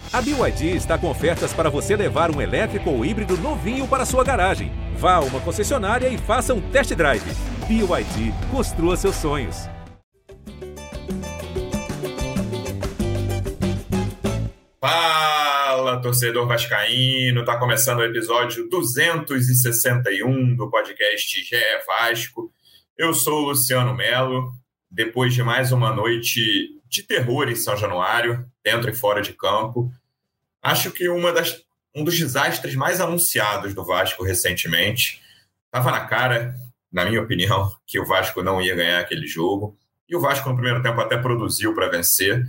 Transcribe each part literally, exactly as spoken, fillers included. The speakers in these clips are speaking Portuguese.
A B Y D está com ofertas para você levar um elétrico ou híbrido novinho para sua garagem. Vá a uma concessionária e faça um test drive. B Y D, construa seus sonhos. Fala, torcedor vascaíno, tá começando o episódio duzentos e sessenta e um do podcast G E Vasco. Eu sou o Luciano Melo. Depois de mais uma noite de terror em São Januário, dentro e fora de campo, acho que uma das, um dos desastres mais anunciados do Vasco recentemente. Estava na cara, na minha opinião, que o Vasco não ia ganhar aquele jogo. E o Vasco no primeiro tempo até produziu para vencer,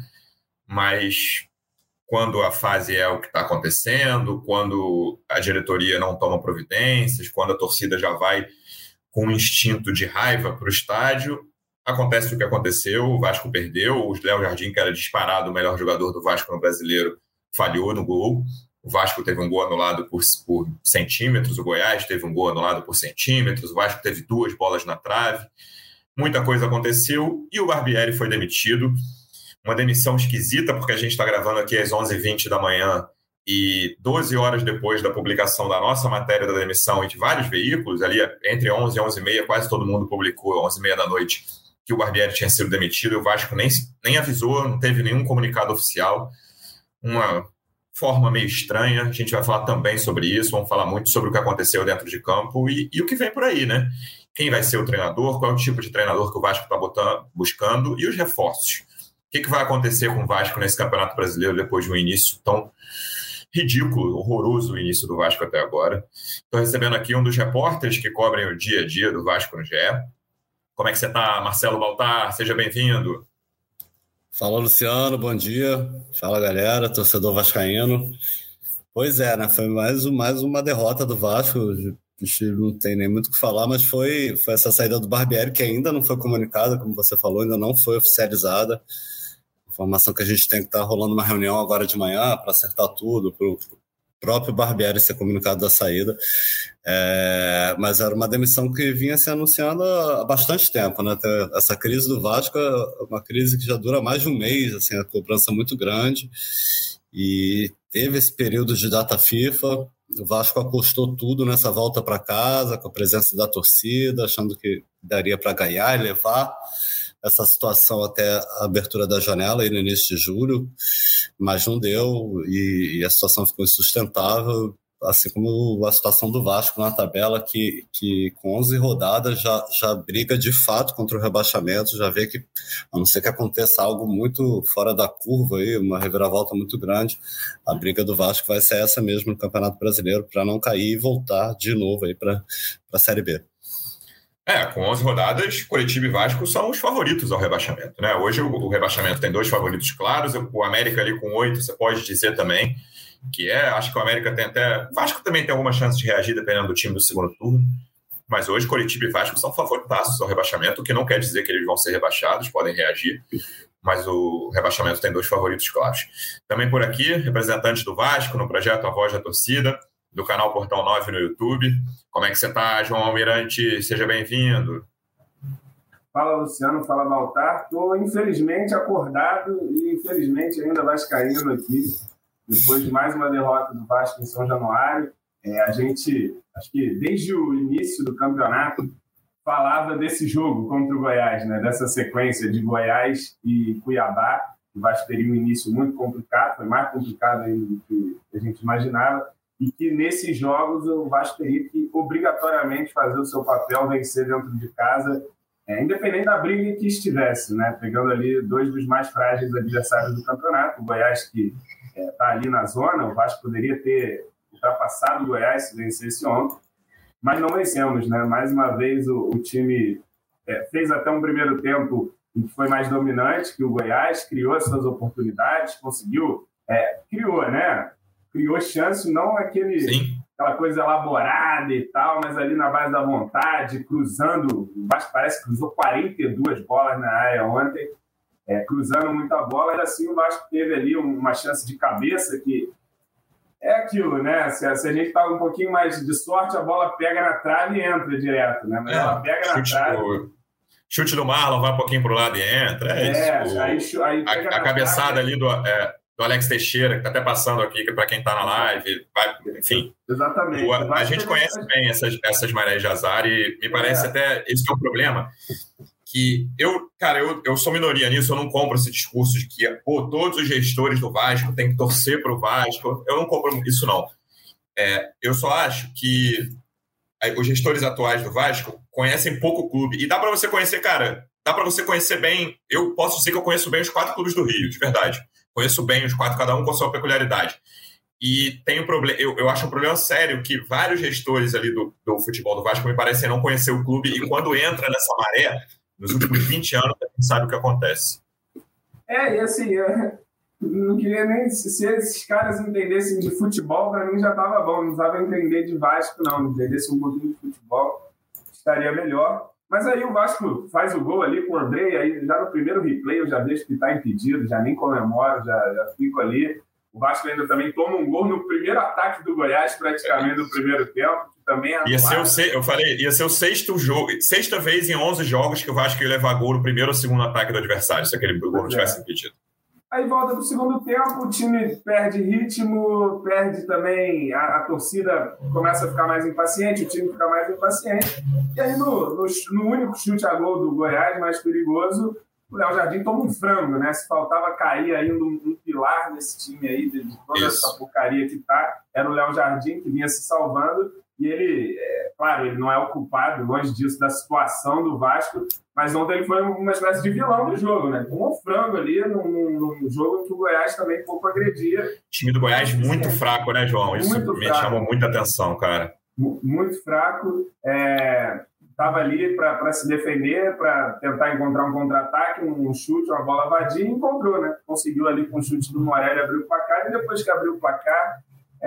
mas quando a fase é o que está acontecendo, quando a diretoria não toma providências, quando a torcida já vai com um instinto de raiva para o estádio, acontece o que aconteceu, o Vasco perdeu, o Léo Jardim, que era disparado o melhor jogador do Vasco no Brasileiro, falhou no gol. O Vasco teve um gol anulado por, por centímetros, o Goiás teve um gol anulado por centímetros, o Vasco teve duas bolas na trave. Muita coisa aconteceu e o Barbieri foi demitido. Uma demissão esquisita, porque a gente está gravando aqui às onze e vinte da manhã e doze horas depois da publicação da nossa matéria da demissão e de vários veículos, ali entre onze e onze e meia, quase todo mundo publicou, onze e meia da noite, que o Barbieri tinha sido demitido. O Vasco nem, nem avisou, não teve nenhum comunicado oficial. Uma forma meio estranha. A gente vai falar também sobre isso, vamos falar muito sobre o que aconteceu dentro de campo e, e o que vem por aí, né? Quem vai ser o treinador, qual é o tipo de treinador que o Vasco está buscando e os reforços. O que, que vai acontecer com o Vasco nesse Campeonato Brasileiro depois de um início tão ridículo, horroroso o início do Vasco até agora. Estou recebendo aqui um dos repórteres que cobrem o dia a dia do Vasco no G E. Como é que você está, Marcelo Baltar? Seja bem-vindo. Fala, Luciano, bom dia. Fala, galera, torcedor vascaíno. Pois é, né? Foi mais, mais uma derrota do Vasco. A gente não tem nem muito o que falar, mas foi, foi essa saída do Barbieri, que ainda não foi comunicada, como você falou, ainda não foi oficializada. Informação que a gente tem que estar rolando uma reunião agora de manhã para acertar tudo, para o próprio Barbieri ser comunicado da saída. É, mas era uma demissão que vinha se anunciando há bastante tempo, né? Essa crise do Vasco é uma crise que já dura mais de um mês, assim, a cobrança é muito grande, e teve esse período de data FIFA. O Vasco apostou tudo nessa volta para casa, com a presença da torcida, achando que daria para ganhar e levar essa situação até a abertura da janela aí no início de julho, mas não deu e, e a situação ficou insustentável, assim como a situação do Vasco na tabela, que, que com onze rodadas já, já briga de fato contra o rebaixamento, já vê que, a não ser que aconteça algo muito fora da curva, aí, uma reviravolta muito grande, a briga do Vasco vai ser essa mesmo no Campeonato Brasileiro, para não cair e voltar de novo para a Série B. É, com onze rodadas, Coritiba e Vasco são os favoritos ao rebaixamento, né? Hoje o, o rebaixamento tem dois favoritos claros, o América ali com oito, você pode dizer também, que é, acho que o América tem até... O Vasco também tem alguma chance de reagir, dependendo do time do segundo turno, mas hoje Coritiba e Vasco são favoritaços ao rebaixamento, o que não quer dizer que eles vão ser rebaixados, podem reagir, mas o rebaixamento tem dois favoritos claros. Também por aqui, representante do Vasco no projeto A Voz da Torcida, do canal Portão nove no YouTube. Como é que você está, João Almirante? Seja bem-vindo. Fala, Luciano. Fala, Baltar. Estou, infelizmente, acordado e, infelizmente, ainda vascaíno aqui. Depois de mais uma derrota do Vasco em São Januário. É, a gente, acho que desde o início do campeonato, falava desse jogo contra o Goiás, né? Dessa sequência de Goiás e Cuiabá. O Vasco teria um início muito complicado, foi mais complicado ainda do que a gente imaginava. E que nesses jogos o Vasco teria que obrigatoriamente fazer o seu papel, vencer dentro de casa, é, independente da briga que estivesse, né? Pegando ali dois dos mais frágeis adversários do campeonato, o Goiás que está é, ali na zona, o Vasco poderia ter ultrapassado o Goiás se vencesse ontem, mas não vencemos, né? Mais uma vez o, o time é, fez até um primeiro tempo em que foi mais dominante que o Goiás, criou as suas oportunidades, conseguiu, é, criou, né? Criou chance, não aquele, aquela coisa elaborada e tal, mas ali na base da vontade, cruzando, o Vasco parece que cruzou quarenta e duas bolas na área ontem, é, cruzando muita bola, e assim o Vasco teve ali uma chance de cabeça que é aquilo, né? Se, se a gente tá um pouquinho mais de sorte, a bola pega na trave e entra direto, né? Mas é, ela pega na trave... Do, chute do Marlon, vai um pouquinho pro lado e entra, é, é isso. Aí, aí a a cabeçada trave, ali do... É, do Alex Teixeira, que está até passando aqui para quem está na live, vai, enfim. Exatamente. O, a, a gente conhece bem essas, essas marés de azar e me parece é. até esse que é o problema, que eu, cara, eu, eu sou minoria nisso, eu não compro esse discurso de que pô, todos os gestores do Vasco têm que torcer para o Vasco, eu não compro isso não. É, eu só acho que os gestores atuais do Vasco conhecem pouco o clube, e dá para você conhecer, cara, dá para você conhecer bem, eu posso dizer que eu conheço bem os quatro clubes do Rio, de verdade. Conheço bem os quatro, cada um com a sua peculiaridade. E tem um problema, eu, eu acho um problema sério que vários gestores ali do, do futebol do Vasco me parecem não conhecer o clube, e quando entra nessa maré, nos últimos vinte anos, a gente sabe o que acontece. É, e assim, eu não queria nem... Se esses caras entendessem de futebol, para mim já estava bom, não precisava entender de Vasco, não. Entendesse um pouquinho de futebol, estaria melhor. Mas aí o Vasco faz o gol ali com o André, aí já no primeiro replay eu já vejo que está impedido, já nem comemoro, já, já fico ali. O Vasco ainda também toma um gol no primeiro ataque do Goiás, praticamente no primeiro tempo, que também é ia ser o se... Eu falei, ia ser o sexto jogo, sexta vez em onze jogos que o Vasco ia levar gol no primeiro ou segundo ataque do adversário, se aquele gol não tivesse é. impedido. Aí volta pro segundo tempo, o time perde ritmo, perde também, a, a torcida começa a ficar mais impaciente, o time fica mais impaciente. E aí no, no, no único chute a gol do Goiás, mais perigoso, o Léo Jardim toma um frango, né? Se faltava cair ainda um, um pilar nesse time aí, de, de toda Isso. essa porcaria que tá, era o Léo Jardim que vinha se salvando. E ele, é, claro, ele não é o culpado, longe disso, da situação do Vasco, mas ontem ele foi uma espécie de vilão do jogo, né? Com um frango ali num, num jogo que o Goiás também pouco agredia. O time do Goiás muito é. fraco, né, João? Isso muito me fraco. chamou muita atenção, cara. Muito fraco. Estava é, ali para se defender, para tentar encontrar um contra-ataque, um chute, uma bola vadia, e encontrou, né? Conseguiu ali com o chute do Morelli abrir o placar, e depois que abriu o placar,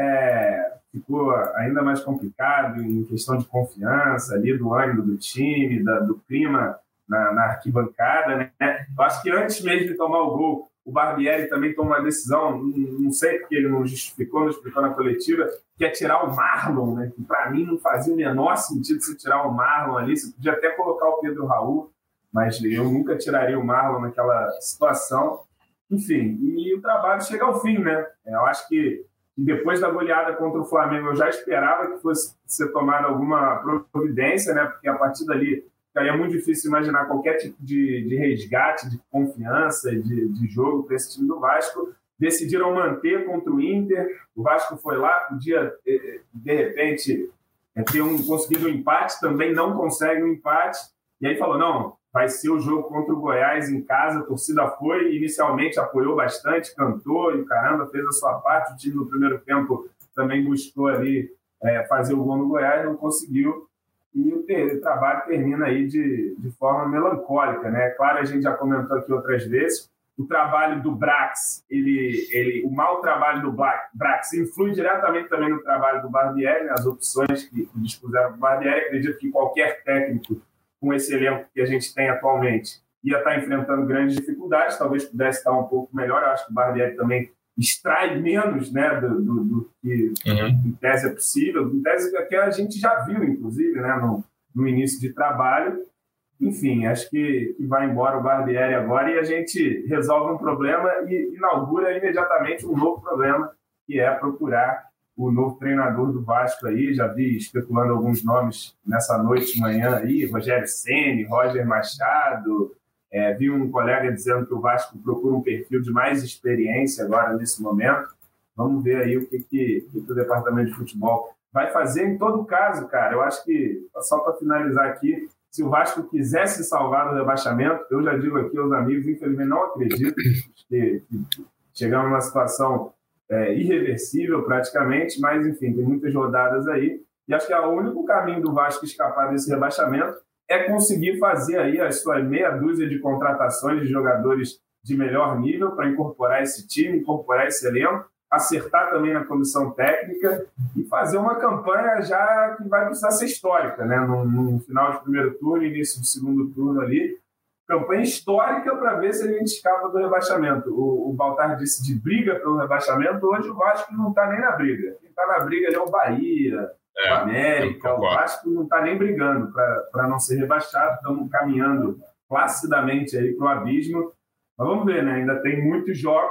é, ficou ainda mais complicado em questão de confiança ali, do ânimo do time, da, do clima na, na arquibancada, né? Eu acho que antes mesmo de tomar o gol, o Barbieri também tomou uma decisão, não sei porque ele não justificou, não explicou na coletiva, que é tirar o Marlon, né? Que para mim não fazia o menor sentido você tirar o Marlon ali, você podia até colocar o Pedro Raul, mas eu nunca tiraria o Marlon naquela situação. Enfim, e o trabalho chega ao fim, né? Eu acho que depois da goleada contra o Flamengo, eu já esperava que fosse ser tomada alguma providência, né? Porque a partir dali ficaria muito difícil imaginar qualquer tipo de, de resgate, de confiança, de, de jogo para esse time do Vasco. Decidiram manter contra o Inter. O Vasco foi lá, podia, de repente, ter um, conseguido um empate, também não consegue um empate. E aí falou, não, vai ser o jogo contra o Goiás em casa. A torcida foi, inicialmente apoiou bastante, cantou e o caramba, fez a sua parte. O time no primeiro tempo também buscou ali é, fazer o gol no Goiás, não conseguiu. E o, ter, o trabalho termina aí de, de forma melancólica, né? Claro, a gente já comentou aqui outras vezes, o trabalho do Brax, ele, ele, o mau trabalho do Brax influi diretamente também no trabalho do Barbieri, né? As opções que, que dispuseram do Barbieri. Acredito que qualquer técnico com esse elenco que a gente tem atualmente ia estar enfrentando grandes dificuldades, talvez pudesse estar um pouco melhor. Eu acho que o Barbieri também extrai menos, né, do, do, do que uhum. em tese é possível, em tese que a gente já viu, inclusive, né, no, no início de trabalho. Enfim, acho que, que vai embora o Barbieri agora e a gente resolve um problema e inaugura imediatamente um novo problema, que é procurar o novo treinador do Vasco aí. Já vi especulando alguns nomes nessa noite de manhã aí, Rogério Ceni, Roger Machado. É, vi um colega dizendo que o Vasco procura um perfil de mais experiência agora nesse momento. Vamos ver aí o que, que, que o departamento de futebol vai fazer. Em todo caso, cara, eu acho que, só para finalizar aqui, se o Vasco quisesse salvar do rebaixamento, eu já digo aqui aos amigos, infelizmente não acredito que, que chegamos numa situação é, irreversível praticamente, mas enfim, tem muitas rodadas aí. E acho que é o único caminho do Vasco escapar desse rebaixamento é conseguir fazer aí a sua meia dúzia de contratações de jogadores de melhor nível para incorporar esse time, incorporar esse elenco, acertar também na comissão técnica e fazer uma campanha já que vai precisar ser histórica, né? No, no final de primeiro turno, início do segundo turno ali. Campanha histórica para ver se a gente escapa do rebaixamento. O, o Baltar disse de briga pelo rebaixamento, hoje o Vasco não está nem na briga. Quem está na briga ali é o Bahia, É, o América, o Vasco não está nem brigando para não ser rebaixado, estamos caminhando placidamente para o abismo. Mas vamos ver, né? Ainda tem muitos jogos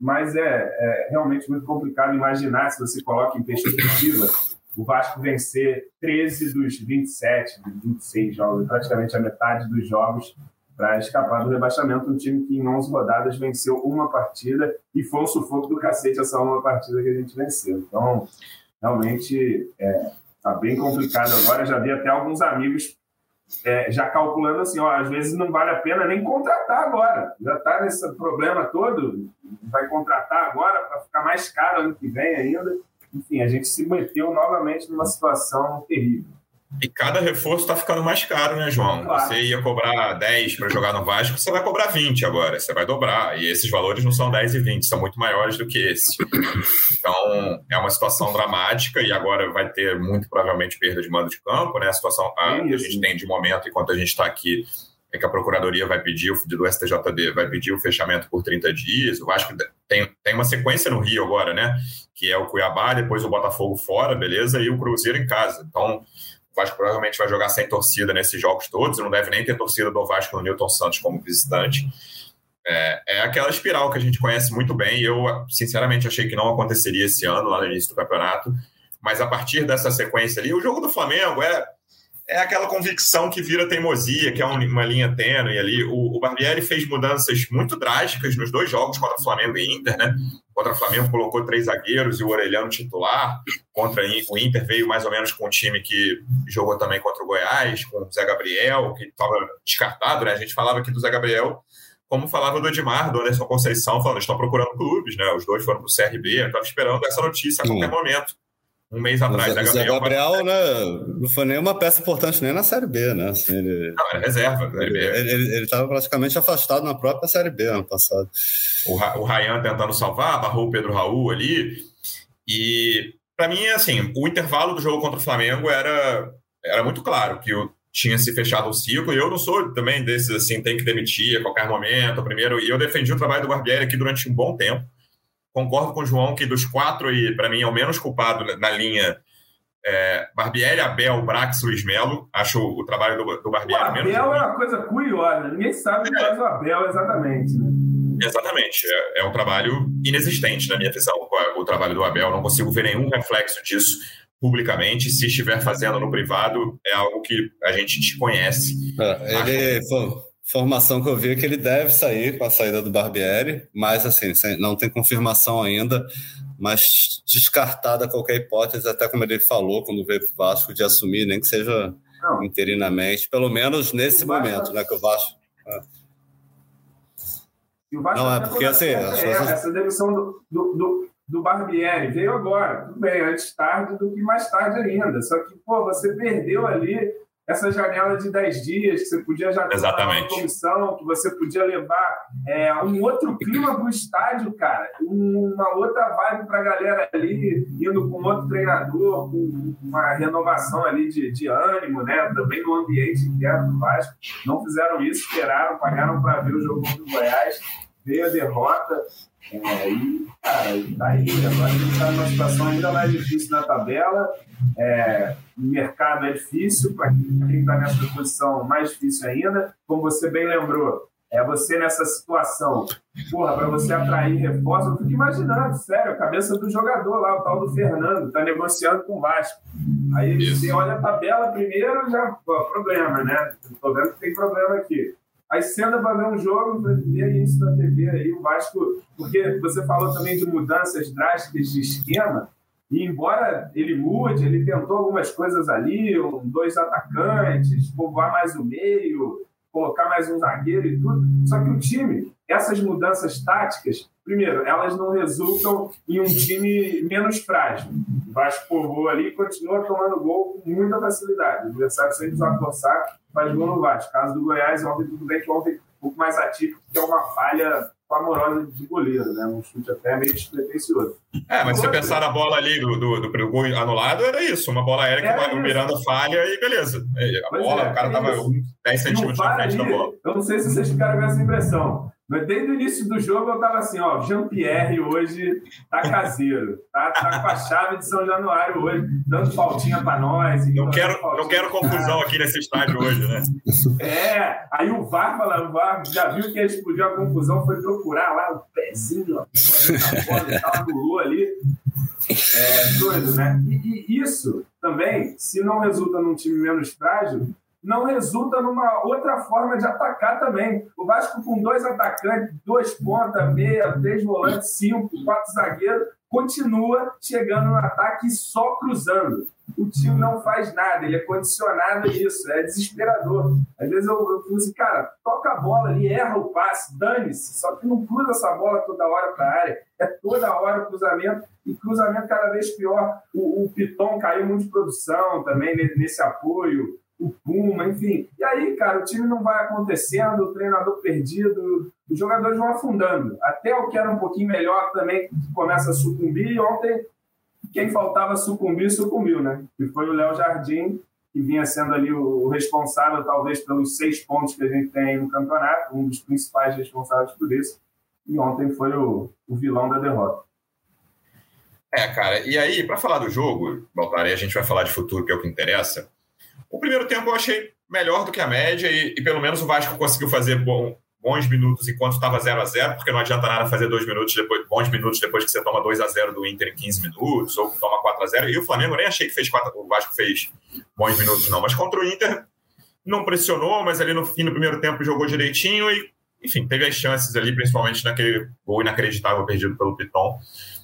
mas é, é realmente muito complicado imaginar, se você coloca em perspectiva, o Vasco vencer treze dos vinte e sete, vinte e seis jogos, praticamente a metade dos jogos, para escapar do rebaixamento. Um time que em onze rodadas venceu uma partida e foi um sufoco do cacete essa uma partida que a gente venceu. Então, realmente, está é, bem complicado agora. Já vi até alguns amigos é, já calculando assim, ó, às vezes não vale a pena nem contratar agora. Já está nesse problema todo, vai contratar agora para ficar mais caro ano que vem ainda. Enfim, a gente se meteu novamente numa situação terrível. E cada reforço está ficando mais caro, né, João? Claro. Você ia cobrar dez para jogar no Vasco, você vai cobrar vinte agora, você vai dobrar. E esses valores não são dez e vinte, são muito maiores do que esse. Então, é uma situação dramática e agora vai ter muito provavelmente perda de mando de campo, né? A situação a, que a gente tem de momento, enquanto a gente está aqui, é que a Procuradoria vai pedir, do S T J D vai pedir o fechamento por trinta dias. O Vasco tem, tem uma sequência no Rio agora, né? Que é o Cuiabá, depois o Botafogo fora, beleza? E o Cruzeiro em casa. Então, o Vasco provavelmente vai jogar sem torcida nesses jogos todos, não deve nem ter torcida do Vasco no Newton Santos como visitante. É, é aquela espiral que a gente conhece muito bem e eu, sinceramente, achei que não aconteceria esse ano, lá no início do campeonato, mas a partir dessa sequência ali, o jogo do Flamengo é, é aquela convicção que vira teimosia, que é uma linha tênue ali. O, o Barbieri fez mudanças muito drásticas nos dois jogos contra o Flamengo e Inter, né? Contra o Flamengo colocou três zagueiros e o Orelhano titular. Contra o Inter veio mais ou menos com um time que jogou também contra o Goiás, com o Zé Gabriel, que estava descartado, né? A gente falava aqui do Zé Gabriel, como falava do Edmar, do Anderson Conceição, falando, estão procurando clubes, né? Os dois foram para o C R B, eu estava esperando essa notícia a qualquer hum. momento. Um mês atrás, o Zé Gabriel, Gabriel né, não foi nenhuma peça importante nem na Série B, né? Assim, ele, não, era reserva da Série B. Ele estava praticamente afastado na própria Série B ano passado. O, o Ryan tentando salvar, barrou o Pedro Raul ali. E, para mim, assim, o intervalo do jogo contra o Flamengo era, era muito claro que o, tinha se fechado o ciclo. E eu não sou também desses, assim, tem que demitir a qualquer momento. Primeiro, e eu defendi o trabalho do Barbieri aqui durante um bom tempo. Concordo com o João que dos quatro, e para mim é o menos culpado na linha é, Barbieri, Abel, Brax, Luiz Melo. Acho o trabalho do, do Barbieri o menos. O Abel é uma coisa curiosa, ninguém sabe o que faz o Abel exatamente, né? Exatamente, é, é um trabalho inexistente na minha visão, o, o trabalho do Abel. Não consigo ver nenhum reflexo disso publicamente. Se estiver fazendo no privado, é algo que a gente desconhece. É, ele Acho... foi... Formação que eu vi é que ele deve sair com a saída do Barbieri, mas assim, não tem confirmação ainda, mas descartada qualquer hipótese, até como ele falou quando veio para o Vasco, de assumir, nem que seja não. interinamente, pelo menos nesse momento, Vasco... né, que o Vasco... É. E o Vasco não, é porque assim... É, coisas... Essa demissão do, do, do, do Barbieri veio agora, tudo bem, antes tarde do que mais tarde ainda, só que, pô, você perdeu ali essa janela de dez dias, que você podia já ter uma comissão, que você podia levar é, um outro clima para o estádio, cara, uma outra vibe para a galera ali, indo com outro treinador, com uma renovação ali de, de ânimo, né? Também no ambiente interno do Vasco. Não fizeram isso, esperaram, pagaram para ver o jogo contra o Goiás, veio a derrota, é, e, cara, tá aí. Agora a gente está numa situação ainda mais difícil na tabela. É, o mercado é difícil, para quem está nessa posição, mais difícil ainda. Como você bem lembrou, é você nessa situação, porra, para você atrair reforço, eu fico imaginando, sério, a cabeça do jogador lá, o tal do Fernando, está negociando com o Vasco. Aí Isso. você olha a tabela primeiro, já, pô, problema, né? Estou vendo que tem problema aqui. Aí você anda para ver um jogo, vê isso na T V aí, o Vasco, porque você falou também de mudanças drásticas de esquema, e embora ele mude, ele tentou algumas coisas ali, um, dois atacantes, povoar mais o meio, colocar mais um zagueiro e tudo, só que o time, essas mudanças táticas, primeiro, elas não resultam em um time menos frágil. O Vasco povoou ali e continua tomando gol com muita facilidade. O adversário sem precisar forçar, faz gol no Vasco. Caso do Goiás, ontem tudo bem que ontem um pouco mais atípico, que é uma falha clamorosa de goleiro, né? Um chute até meio despretensioso. É, mas se você pensar na bola ali do, do, do, do gol anulado, era isso, uma bola aérea que o Miranda falha e beleza. A pois bola, é, o cara é tava isso. dez centímetros na frente ali, da bola. Eu não sei se vocês ficaram com essa impressão, Mas desde o início do jogo eu tava assim, ó, Jean-Pierre hoje tá caseiro, tá, tá com a chave de São Januário hoje, dando faltinha pra nós. Não quero, não quero confusão aqui nesse estádio hoje, né? É, aí o V A R, fala, o V A R já viu que explodiu a confusão, foi procurar lá o pezinho, ó, a bola tava no Lula ali. É doido, né? E, e isso também, se não resulta num time menos frágil, não resulta numa outra forma de atacar também. O Vasco com dois atacantes, dois pontas, meia, três volantes, cinco, quatro zagueiros, continua chegando no ataque só cruzando. O time não faz nada, ele é condicionado a isso, é desesperador. Às vezes eu, eu falo assim, cara, toca a bola ali, erra o passe, dane-se, só que não cruza essa bola toda hora para a área, é toda hora cruzamento, e cruzamento cada vez pior. O, o Piton caiu muito de produção também nesse apoio, o Puma, enfim. E aí, cara, o time não vai acontecendo, o treinador perdido, os jogadores vão afundando. Até o que era um pouquinho melhor também começa a sucumbir, e ontem quem faltava sucumbir, sucumbiu, né? Que foi o Léo Jardim, que vinha sendo ali o responsável, talvez, pelos seis pontos que a gente tem aí no campeonato, um dos principais responsáveis por isso. E ontem foi o, o vilão da derrota. É, cara, e aí, para falar do jogo, Baltar, aí a gente vai falar de futuro, que é o que interessa. O primeiro tempo eu achei melhor do que a média e, e pelo menos o Vasco conseguiu fazer bom, bons minutos enquanto estava zero a zero, porque não adianta nada fazer dois minutos depois, bons minutos depois que você toma dois a zero do Inter em quinze minutos, ou que toma quatro a zero. E o Flamengo nem achei que fez quatro, o Vasco fez bons minutos, não. Mas contra o Inter não pressionou, mas ali no fim do primeiro tempo jogou direitinho e, enfim, teve as chances ali, principalmente naquele gol inacreditável perdido pelo Piton.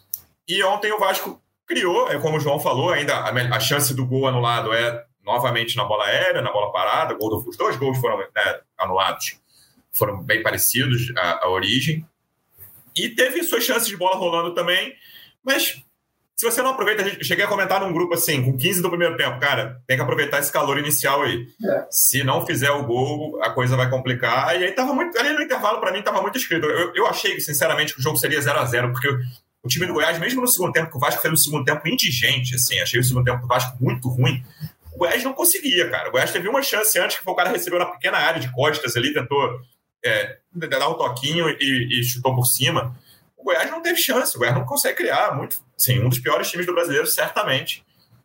E ontem o Vasco criou, é como o João falou, ainda a, a chance do gol anulado é novamente na bola aérea, na bola parada, gol do, os dois gols foram, né, anulados, foram bem parecidos à, à origem, e teve suas chances de bola rolando também, mas se você não aproveita, eu cheguei a comentar num grupo assim, com quinze do primeiro tempo, cara, tem que aproveitar esse calor inicial aí, é. Se não fizer o gol, a coisa vai complicar, e aí tava muito, ali no intervalo pra mim tava muito escrito, eu, eu achei sinceramente que o jogo seria zero a zero, porque o time do Goiás, mesmo no segundo tempo, que o Vasco fez no segundo tempo indigente, assim, achei o segundo tempo do Vasco muito ruim. O Goiás não conseguia, cara. O Goiás teve uma chance antes, que foi o cara recebeu na pequena área de costas ali, tentou é, dar um toquinho e, e chutou por cima. O Goiás não teve chance, o Goiás não consegue criar. Muito, assim, um dos piores times do brasileiro, certamente.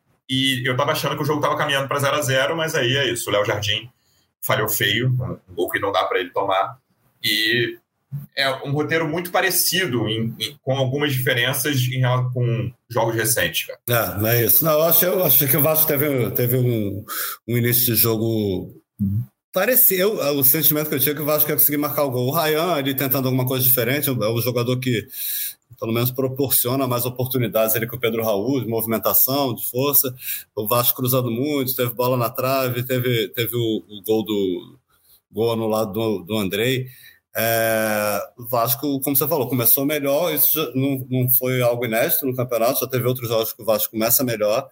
E eu tava achando que o jogo tava caminhando para zero a zero, mas aí é isso. O Léo Jardim falhou feio, um gol que não dá para ele tomar. E é um roteiro muito parecido, em, em, com algumas diferenças em relação com jogos recentes, cara. É, não é isso. Não, eu acho, eu acho que o Vasco teve, teve um, um início de jogo parecido. O sentimento que eu tinha é que o Vasco ia conseguir marcar o gol. O Ryan, ele tentando alguma coisa diferente, é o jogador que pelo menos proporciona mais oportunidades ali com o Pedro Raul, de movimentação, de força. O Vasco cruzando muito, teve bola na trave, teve, teve o, o gol do gol anulado do, do Andrei. É, o Vasco, como você falou, começou melhor, isso já não, não foi algo inédito no campeonato, já teve outros jogos que o Vasco começa melhor,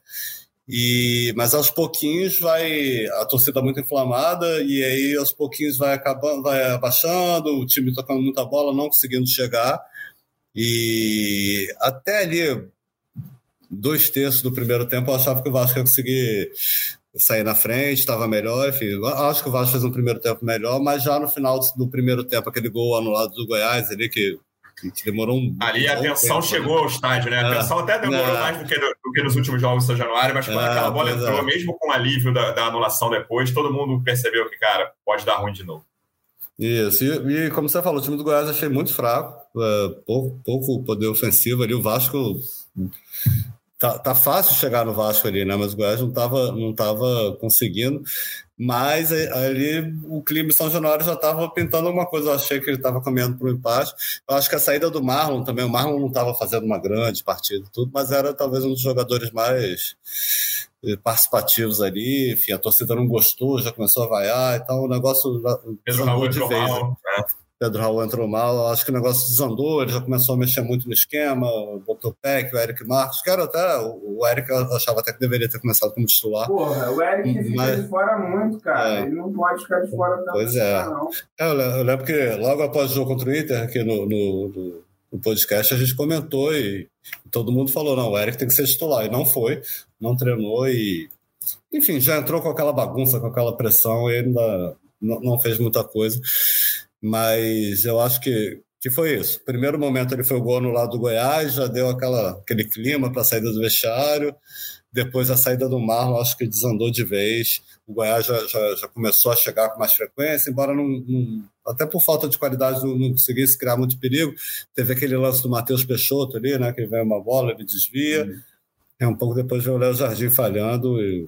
e, mas aos pouquinhos vai, a torcida muito inflamada, e aí aos pouquinhos vai acabando, vai abaixando, o time tocando muita bola, não conseguindo chegar, e até ali dois terços do primeiro tempo eu achava que o Vasco ia conseguir sair na frente, estava melhor, enfim, acho que o Vasco fez um primeiro tempo melhor, mas já no final do primeiro tempo, aquele gol anulado do Goiás ali, que, que demorou um... Ali a tensão tempo, chegou né? ao estádio, né? A tensão é, até demorou é, mais do que, do que nos últimos jogos de São Januário, mas quando é, aquela bola entrou, é. mesmo com o alívio da, da anulação depois, todo mundo percebeu que, cara, pode dar ruim de novo. Isso, e, e como você falou, o time do Goiás eu achei muito fraco, é, pouco, pouco poder ofensivo ali, o Vasco... Tá, tá fácil chegar no Vasco ali, né? Mas o Goiás não estava não tava conseguindo. Mas ali o clima em São Januário já estava pintando alguma coisa. Eu achei que ele estava caminhando para o empate. Eu acho que a saída do Marlon também. O Marlon não estava fazendo uma grande partida, tudo, mas era talvez um dos jogadores mais participativos ali. Enfim, a torcida não gostou, já começou a vaiar e tal. O negócio Pedro Raul de vez. Mal, né? Pedro Raul entrou mal, acho que o negócio desandou, ele já começou a mexer muito no esquema, botou o Peck, o Eric Marcos, que era até, o Eric eu achava até que deveria ter começado como titular. Porra, o Eric fica Mas, de fora muito, cara, é, ele não pode ficar de fora tanto. Pois é, não. Eu lembro que logo após o jogo contra o Inter, aqui no, no, no, no podcast, a gente comentou e todo mundo falou, não, o Eric tem que ser titular, e não foi, não treinou e, enfim, já entrou com aquela bagunça, com aquela pressão e ainda não, não fez muita coisa. mas eu acho que, que foi isso. Primeiro momento ele foi o gol no lado do Goiás, já deu aquela, aquele clima para a saída do vestiário. Depois a saída do Marlon, acho que desandou de vez. O Goiás já, já, já começou a chegar com mais frequência, embora não, não, até por falta de qualidade não, não conseguisse criar muito perigo. Teve aquele lance do Matheus Peixoto ali, né, que vem uma bola, ele desvia. Uhum. É, um pouco depois veio o Léo Jardim falhando. E...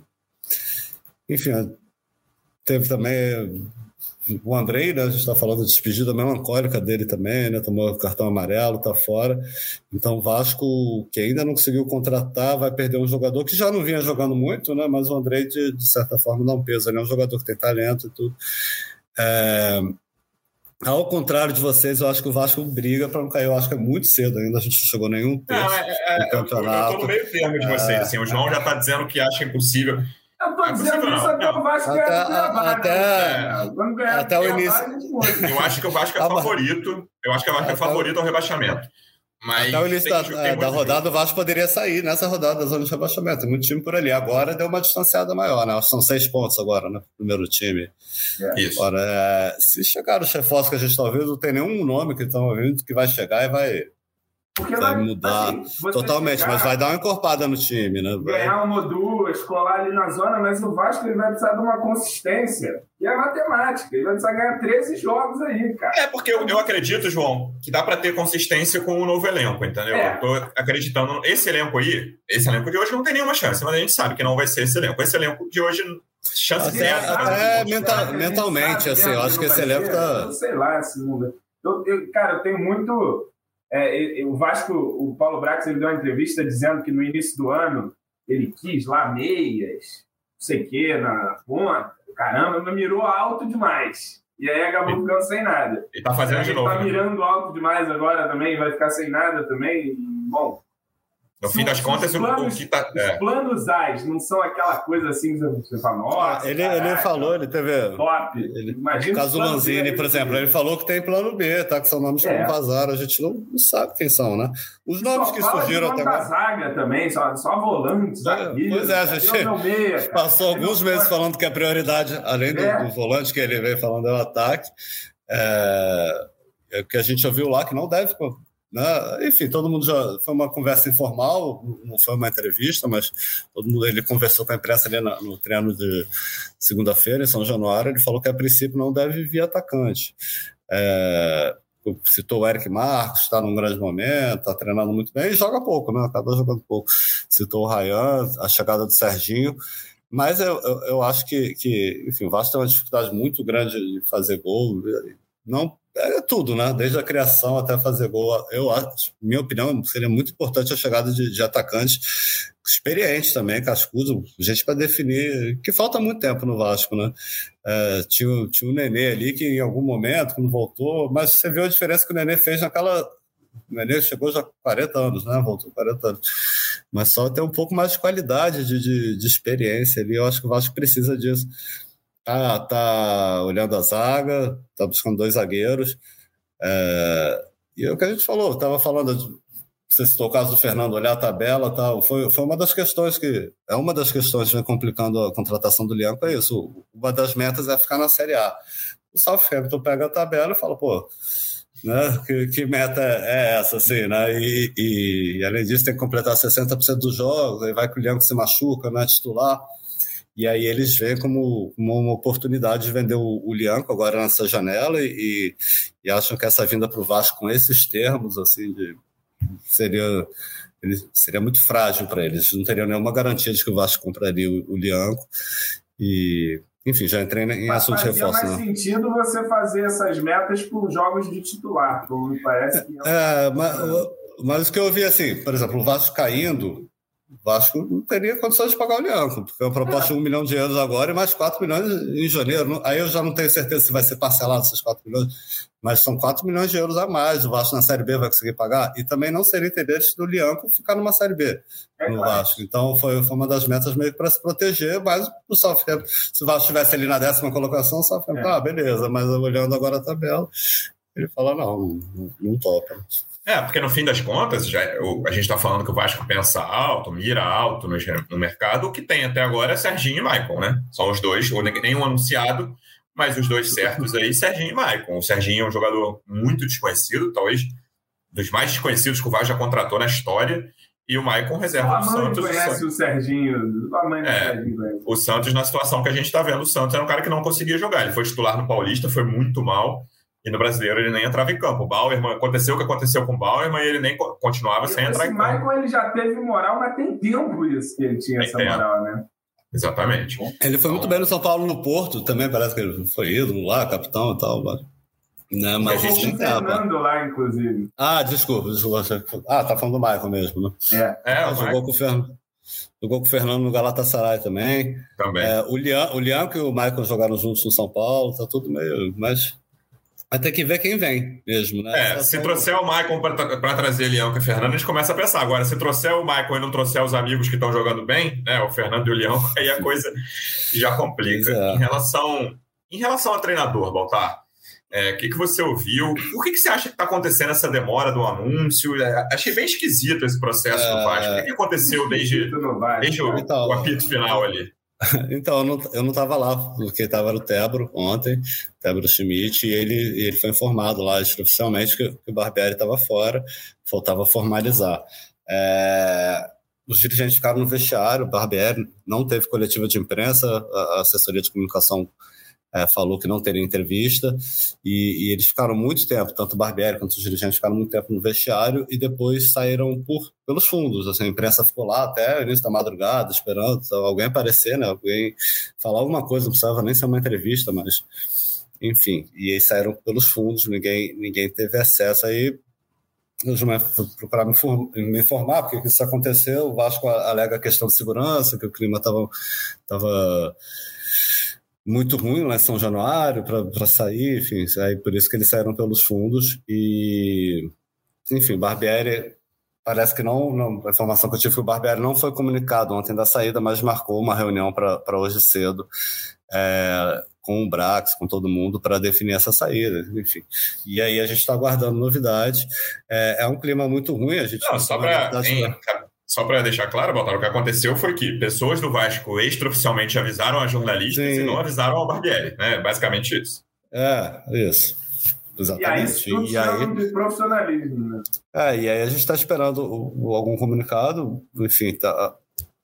Enfim, teve também o Andrei, né, a gente está falando de despedida melancólica dele também, né, tomou cartão amarelo, está fora. Então o Vasco, que ainda não conseguiu contratar, vai perder um jogador que já não vinha jogando muito, né, mas o Andrei, de, de certa forma, dá um peso. Ele é um jogador que tem talento e tudo. É... Ao contrário de vocês, eu acho que o Vasco briga para não cair. Eu acho que é muito cedo ainda, a gente não chegou a nenhum terço não, é, é, no campeonato. Eu estou no meio termo de vocês. Assim, o João já está dizendo que acha impossível. Eu estou dizendo isso até o Vasco ganhar até, trabalho. até, é, até o início. Eu acho que o Vasco é favorito. Eu acho que o Vasco é favorito ao rebaixamento. Mas até o início da, da, da rodada, o Vasco poderia sair nessa rodada da zona de rebaixamento. Tem muito time por ali. Agora deu uma distanciada maior, né? São seis pontos agora, né? Primeiro time. É. Isso. Agora, é, se chegar o reforços que a gente está ouvindo, não tem nenhum nome que estão ouvindo que vai chegar e vai, vai, vai mudar assim, totalmente, chegar, mas vai dar uma encorpada no time, né? Ganhar uma ou duas, colar ali na zona, mas o Vasco ele vai precisar de uma consistência. E é matemática, ele vai precisar ganhar treze jogos aí, cara. É, porque eu, eu acredito, João, que dá para ter consistência com o novo elenco, entendeu? É. Eu tô acreditando. Esse elenco aí, esse elenco de hoje não tem nenhuma chance, mas a gente sabe que não vai ser esse elenco. Esse elenco de hoje, chance até, zero. Até mental, mentalmente, assim, eu acho que esse elenco tá... Sei lá, assim, eu, eu, cara, eu tenho muito... É, o Vasco, o Paulo Brax, ele deu uma entrevista dizendo que no início do ano ele quis lá meias, não sei o que, na ponta. Caramba, mas mirou alto demais. E aí acabou ficando sem nada. E tá fazendo de novo. Tá né? mirando alto demais agora também, vai ficar sem nada também. E, bom, no fim das contas, planos, o que tá... É. Os planos A I S não são aquela coisa assim que você fala, nossa, ele, caraca, ele falou, ele teve... Top. Ele, o caso Lanzini, por exemplo, ele falou que tem plano B, tá? Que são nomes que é. não vazaram, a gente não, não sabe quem são, né? Os nomes só que surgiram até agora... da zaga também, só, só volantes. É, pois é, a gente meia, passou alguns meses pode... falando que a prioridade, além do, é. do volante que ele veio falando, é o ataque. É, é que a gente ouviu lá que não deve... Né? Enfim, todo mundo já... Foi uma conversa informal, não foi uma entrevista, mas todo mundo, ele conversou com a imprensa ali no, no treino de segunda-feira, em São Januário, ele falou que a princípio não deve vir atacante. É, citou o Eric Marcos, está num grande momento, está treinando muito bem e joga pouco, né? Acabou jogando pouco. Citou o Ryan, a chegada do Serginho, mas eu, eu, eu acho que, que, enfim, o Vasco tem uma dificuldade muito grande de fazer gol, não... É tudo, né? Desde a criação até fazer gol. Eu acho, minha opinião, seria muito importante a chegada de, de atacantes experientes também, cascudo, gente para definir, que falta muito tempo no Vasco, né? É, tinha, tinha o Nenê ali que em algum momento, quando voltou, mas você viu a diferença que o Nenê fez naquela... O Nenê chegou já com quarenta anos, né? Voltou com quarenta anos. Mas só ter um pouco mais de qualidade de, de, de experiência ali, eu acho que o Vasco precisa disso. Tá, tá olhando a zaga, tá buscando dois zagueiros. É, e é o que a gente falou, estava falando, de, você citou o caso do Fernando, olhar a tabela, tal, foi, foi uma das questões que, é uma das questões que vem complicando a contratação do Lianco, é isso, uma das metas é ficar na Série A. O Southampton pega a tabela e fala, pô, né, que, que meta é essa, assim, né, e, e, e além disso tem que completar sessenta por cento dos jogos, aí vai que o Lianco se machuca, não é titular. E aí eles veem como uma oportunidade de vender o, o Lianco agora nessa janela e, e acham que essa vinda para o Vasco com esses termos assim, de, seria, seria muito frágil para eles. Não teriam nenhuma garantia de que o Vasco compraria o, o Lianco. E, enfim, já entrei em assunto de reforço. Faz mais né? sentido você fazer essas metas por jogos de titular, como me parece que é. é mas, mas o que eu vi assim, por exemplo, o Vasco caindo... O Vasco não teria condições de pagar o Lianco, porque é uma proposta de um milhão de euros agora e mais quatro milhões em janeiro. Aí eu já não tenho certeza se vai ser parcelado esses quatro milhões, mas são quatro milhões de euros a mais. O Vasco na Série B vai conseguir pagar e também não seria interesse do Lianco ficar numa Série B no Vasco. Então foi, foi uma das metas meio que para se proteger, mas o Southampton, se o Vasco estivesse ali na décima colocação, o Southampton, é. ah, beleza, mas olhando agora a tabela, ele fala, não, não, não topa. É, porque no fim das contas, já, a gente está falando que o Vasco pensa alto, mira alto no, no mercado, o que tem até agora é Serginho e Maicon, né? São os dois, ou nenhum anunciado. Mas os dois certos aí, Serginho e Maicon. O Serginho é um jogador muito desconhecido, talvez dos mais desconhecidos que o Vasco já contratou na história, e o Maicon reserva do Santos. Conhece o Serginho, a mãe do é, Serginho. O Santos, na situação que a gente está vendo, o Santos era um cara que não conseguia jogar. Ele foi titular no Paulista, foi muito mal, e no Brasileiro ele nem entrava em campo. O Bauerman, aconteceu o que aconteceu com o Bauerman e ele nem continuava sem entrar em campo. O Maicon ele já teve moral, mas tem tempo isso que ele tinha tem essa tempo. moral, né? Exatamente. Ele foi muito bem no São Paulo, no Porto, também parece que ele foi ídolo lá, capitão e tal, mas... Não, mas a gente tem Fernando lá, inclusive. Ah, desculpa, desculpa. Ah, tá falando do Maicon mesmo, né? É. é ah, jogou, com o Fernando, jogou com o Fernando no Galatasaray também. Também. É, o Lian, o Lian e o Maicon jogaram juntos no São Paulo, tá tudo meio... Mas vai ter que ver quem vem mesmo, né? É, se trouxer o Maicon para trazer Lian e o Fernando, a gente começa a pensar. Agora, se trouxer o Maicon e não trouxer os amigos que estão jogando bem, né? O Fernando e o Lian, aí a coisa já complica. É. Em relação, em relação ao treinador, Baltar, o é, que, que você ouviu? Por que, que você acha que está acontecendo essa demora do anúncio? É, achei bem esquisito esse processo é... no Vasco. O que, que aconteceu desde, desde o, então, o apito final ali? Então, eu não estava lá, porque estava no Tebro ontem, Tebro Schmidt, e ele, ele foi informado lá oficialmente que, que o Barbieri estava fora, faltava formalizar. É... Os dirigentes ficaram no vestiário, o Barbieri não teve coletiva de imprensa, a assessoria de comunicação É, falou que não teria entrevista, e, e eles ficaram muito tempo, tanto o Barbieri quanto os dirigentes ficaram muito tempo no vestiário e depois saíram por, pelos fundos. Assim, a imprensa ficou lá até o início da madrugada esperando alguém aparecer, né? Alguém falar alguma coisa, não precisava nem ser uma entrevista, mas enfim, e aí saíram pelos fundos, ninguém, ninguém teve acesso. Aí eu já fui procurar me, me informar porque isso aconteceu. O Vasco alega a questão de segurança, que o clima estava tava muito ruim lá em São Januário para sair, enfim, aí por isso que eles saíram pelos fundos. E enfim, Barbieri parece que não, não a informação que eu tive é que o Barbieri não foi comunicado ontem da saída, mas marcou uma reunião para hoje cedo é, com o Brax, com todo mundo, para definir essa saída, enfim. E aí a gente está aguardando novidade. É, é um clima muito ruim, a gente não, só para Só para deixar claro, Baltar, o que aconteceu foi que pessoas do Vasco extraoficialmente avisaram a jornalistas Sim. e não avisaram ao Barbieri, né? Basicamente isso. É, isso. Exatamente. E aí, e aí... de profissionalismo, né? É, e aí a gente está esperando o, o, algum comunicado, enfim, tá...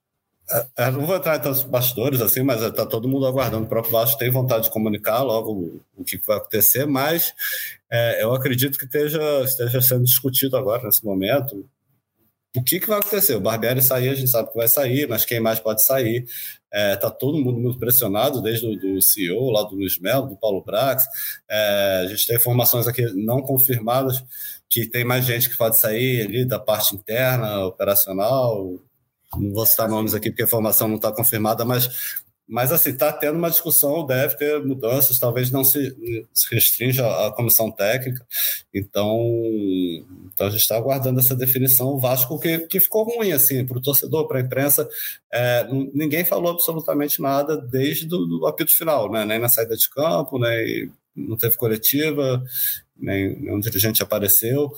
É, não vou entrar em tantos bastidores assim, mas está todo mundo aguardando. O próprio Vasco tem vontade de comunicar logo o, o que vai acontecer, mas é, eu acredito que esteja, esteja sendo discutido agora, nesse momento, o que, que vai acontecer. O Barbieri sair, a gente sabe que vai sair, mas quem mais pode sair? Está é, todo mundo muito pressionado, desde o do C E O, lá do Luiz Melo, do Paulo Brax. É, a gente tem informações aqui não confirmadas que tem mais gente que pode sair ali da parte interna, operacional. Não vou citar nomes aqui porque a informação não está confirmada, mas, mas assim, está tendo uma discussão, deve ter mudanças, talvez não se, se restrinja à comissão técnica. Então, então a gente está aguardando essa definição. O Vasco que, que ficou ruim assim, para o torcedor, para a imprensa. É, ninguém falou absolutamente nada desde o apito final, né? Nem na saída de campo, nem, não teve coletiva, nem nenhum dirigente apareceu.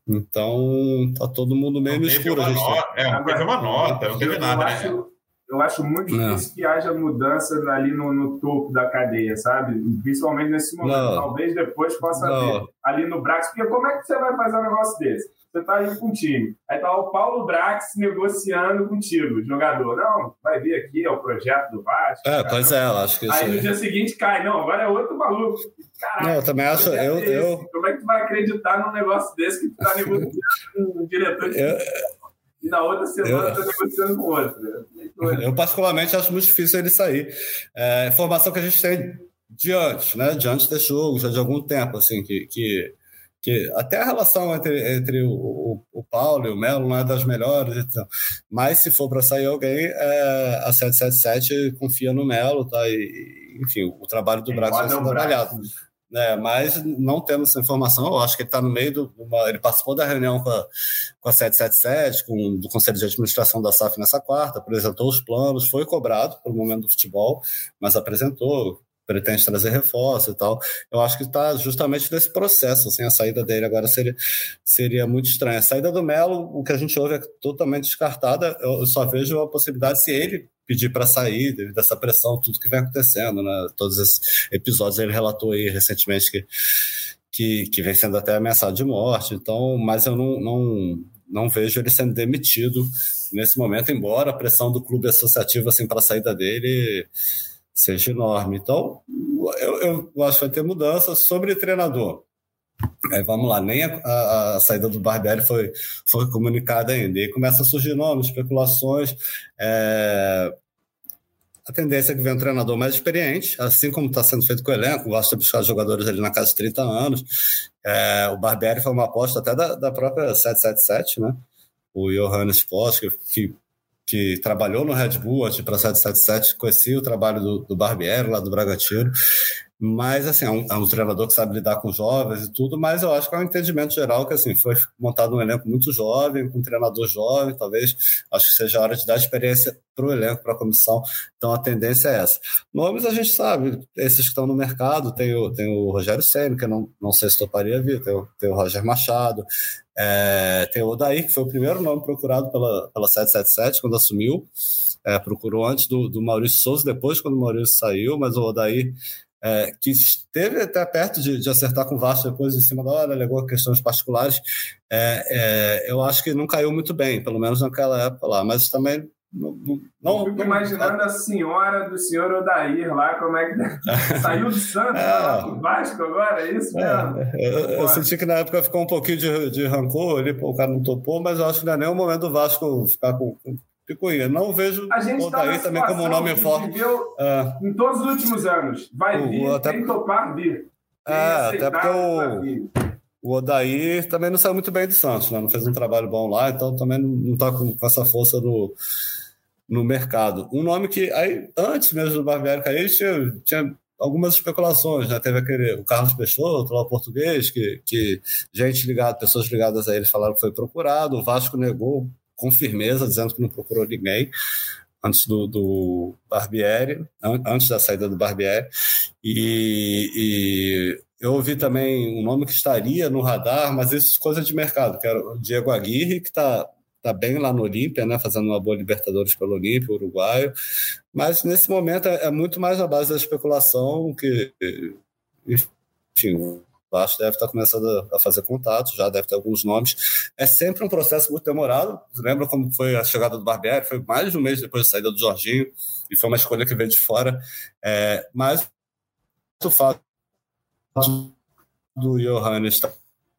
Então, tá todo mundo meio no escuro. A gente nota, é, não teve uma nota, não teve eu nada, acho, né? Eu acho muito difícil não. que haja mudanças ali no, no topo da cadeia, sabe? Principalmente nesse momento. Não. Talvez depois possa não. ter ali no Brax. Porque como é que você vai fazer um negócio desse? Você tá aí com o time. Aí tá o Paulo Brax negociando contigo, jogador. Não, vai vir aqui, é o projeto do Vasco. É, pois é, eu acho que isso aí no dia seguinte cai. Não, agora é outro maluco. Caraca, não, eu também acho. Eu, eu... Como é que tu vai acreditar num negócio desse que tu tá negociando com um diretor de eu... e na outra semana eu... tá negociando com outro? Eu, particularmente, acho muito difícil ele sair. É, informação que a gente tem de antes, né? De antes desse jogo, já de algum tempo, assim, que. que... que até a relação entre, entre o, o, o Paulo e o Melo não é das melhores, então. Mas se for para sair alguém, é, a sete sete sete confia no Melo, tá? E, enfim, o trabalho do Brax vai ser trabalhado. É, mas não temos essa informação. Eu acho que ele está no meio do. Uma, ele participou da reunião com a, com a sete sete sete, com, do Conselho de Administração da S A F nessa quarta, apresentou os planos, foi cobrado pelo momento do futebol, mas apresentou. pretende trazer reforço e tal. Eu acho que está justamente nesse processo, assim, a saída dele agora seria, seria muito estranha. A saída do Melo, o que a gente ouve é totalmente descartada, eu só vejo a possibilidade se ele pedir para sair, devido a essa pressão, tudo que vem acontecendo, né? Todos esses episódios, ele relatou aí recentemente que, que, que vem sendo até ameaçado de morte, então, mas eu não, não, não vejo ele sendo demitido nesse momento, embora a pressão do clube associativo assim, para a saída dele seja enorme. Então, eu, eu acho que vai ter mudança sobre treinador. É, vamos lá, nem a, a, a saída do Barbieri foi, foi comunicada ainda. E começa a surgir nomes, especulações. É, a tendência é que venha um treinador mais experiente, assim como está sendo feito com o elenco, gosta de buscar jogadores ali na casa de trinta anos. É, o Barbieri foi uma aposta até da, da própria sete sete sete, né? O Johannes Posch, que, que, que trabalhou no Red Bull antes para sete sete sete, conhecia o trabalho do, do Barbieri lá do Bragantino. Mas, assim, é um, é um treinador que sabe lidar com jovens e tudo, mas eu acho que é um entendimento geral que, assim, foi montado um elenco muito jovem, com um treinador jovem, talvez, acho que seja a hora de dar experiência para o elenco, para a comissão, então a tendência é essa. Nomes a gente sabe, esses que estão no mercado, tem o, tem o Rogério Ceni, que eu não, não sei se toparia vir, tem o, tem o Roger Machado, é, tem o Odair, que foi o primeiro nome procurado pela, pela sete sete sete quando assumiu, é, procurou antes do, do Maurício Souza, depois quando o Maurício saiu, mas o Odair É, que esteve até perto de, de acertar com o Vasco depois em cima da hora, alegou questões particulares, é, é, eu acho que não caiu muito bem, pelo menos naquela época lá, mas também não... não eu fico imaginando a senhora do senhor Odair lá, como é que saiu do Santos, é, lá pro Vasco agora, é isso mesmo? É, eu, eu senti que na época ficou um pouquinho de, de rancor ali, pô, o cara não topou, mas eu acho que não é nem o momento do Vasco ficar com... com Picuinha. Não vejo o Odair tá também como um nome forte. É. Em todos os últimos anos. Vai o, vir, até... tem que topar vir. É, até porque o, o Odair também não saiu muito bem do Santos, né? Não fez um trabalho bom lá, então também não está com, com essa força no, no mercado. Um nome que, aí, antes mesmo do Barbieri cair, tinha, tinha algumas especulações, né? Teve aquele, o Carlos Peixoto, lá o português, que, que gente ligada, pessoas ligadas a ele falaram que foi procurado, o Vasco negou com firmeza, dizendo que não procurou ninguém antes do, do Barbieri, antes da saída do Barbieri. E, e eu ouvi também um nome que estaria no radar, mas isso é coisa de mercado, que era o Diego Aguirre, que está tá bem lá no Olímpia, né, fazendo uma boa Libertadores pelo Olímpia, uruguaio. Mas nesse momento é, é muito mais a base da especulação que, enfim... O Vasco deve estar começando a fazer contatos, já deve ter alguns nomes. É sempre um processo muito demorado. Você lembra como foi a chegada do Barbieri? Foi mais de um mês depois da saída do Jorginho, e foi uma escolha que veio de fora. É, mas o fato do Johannes estar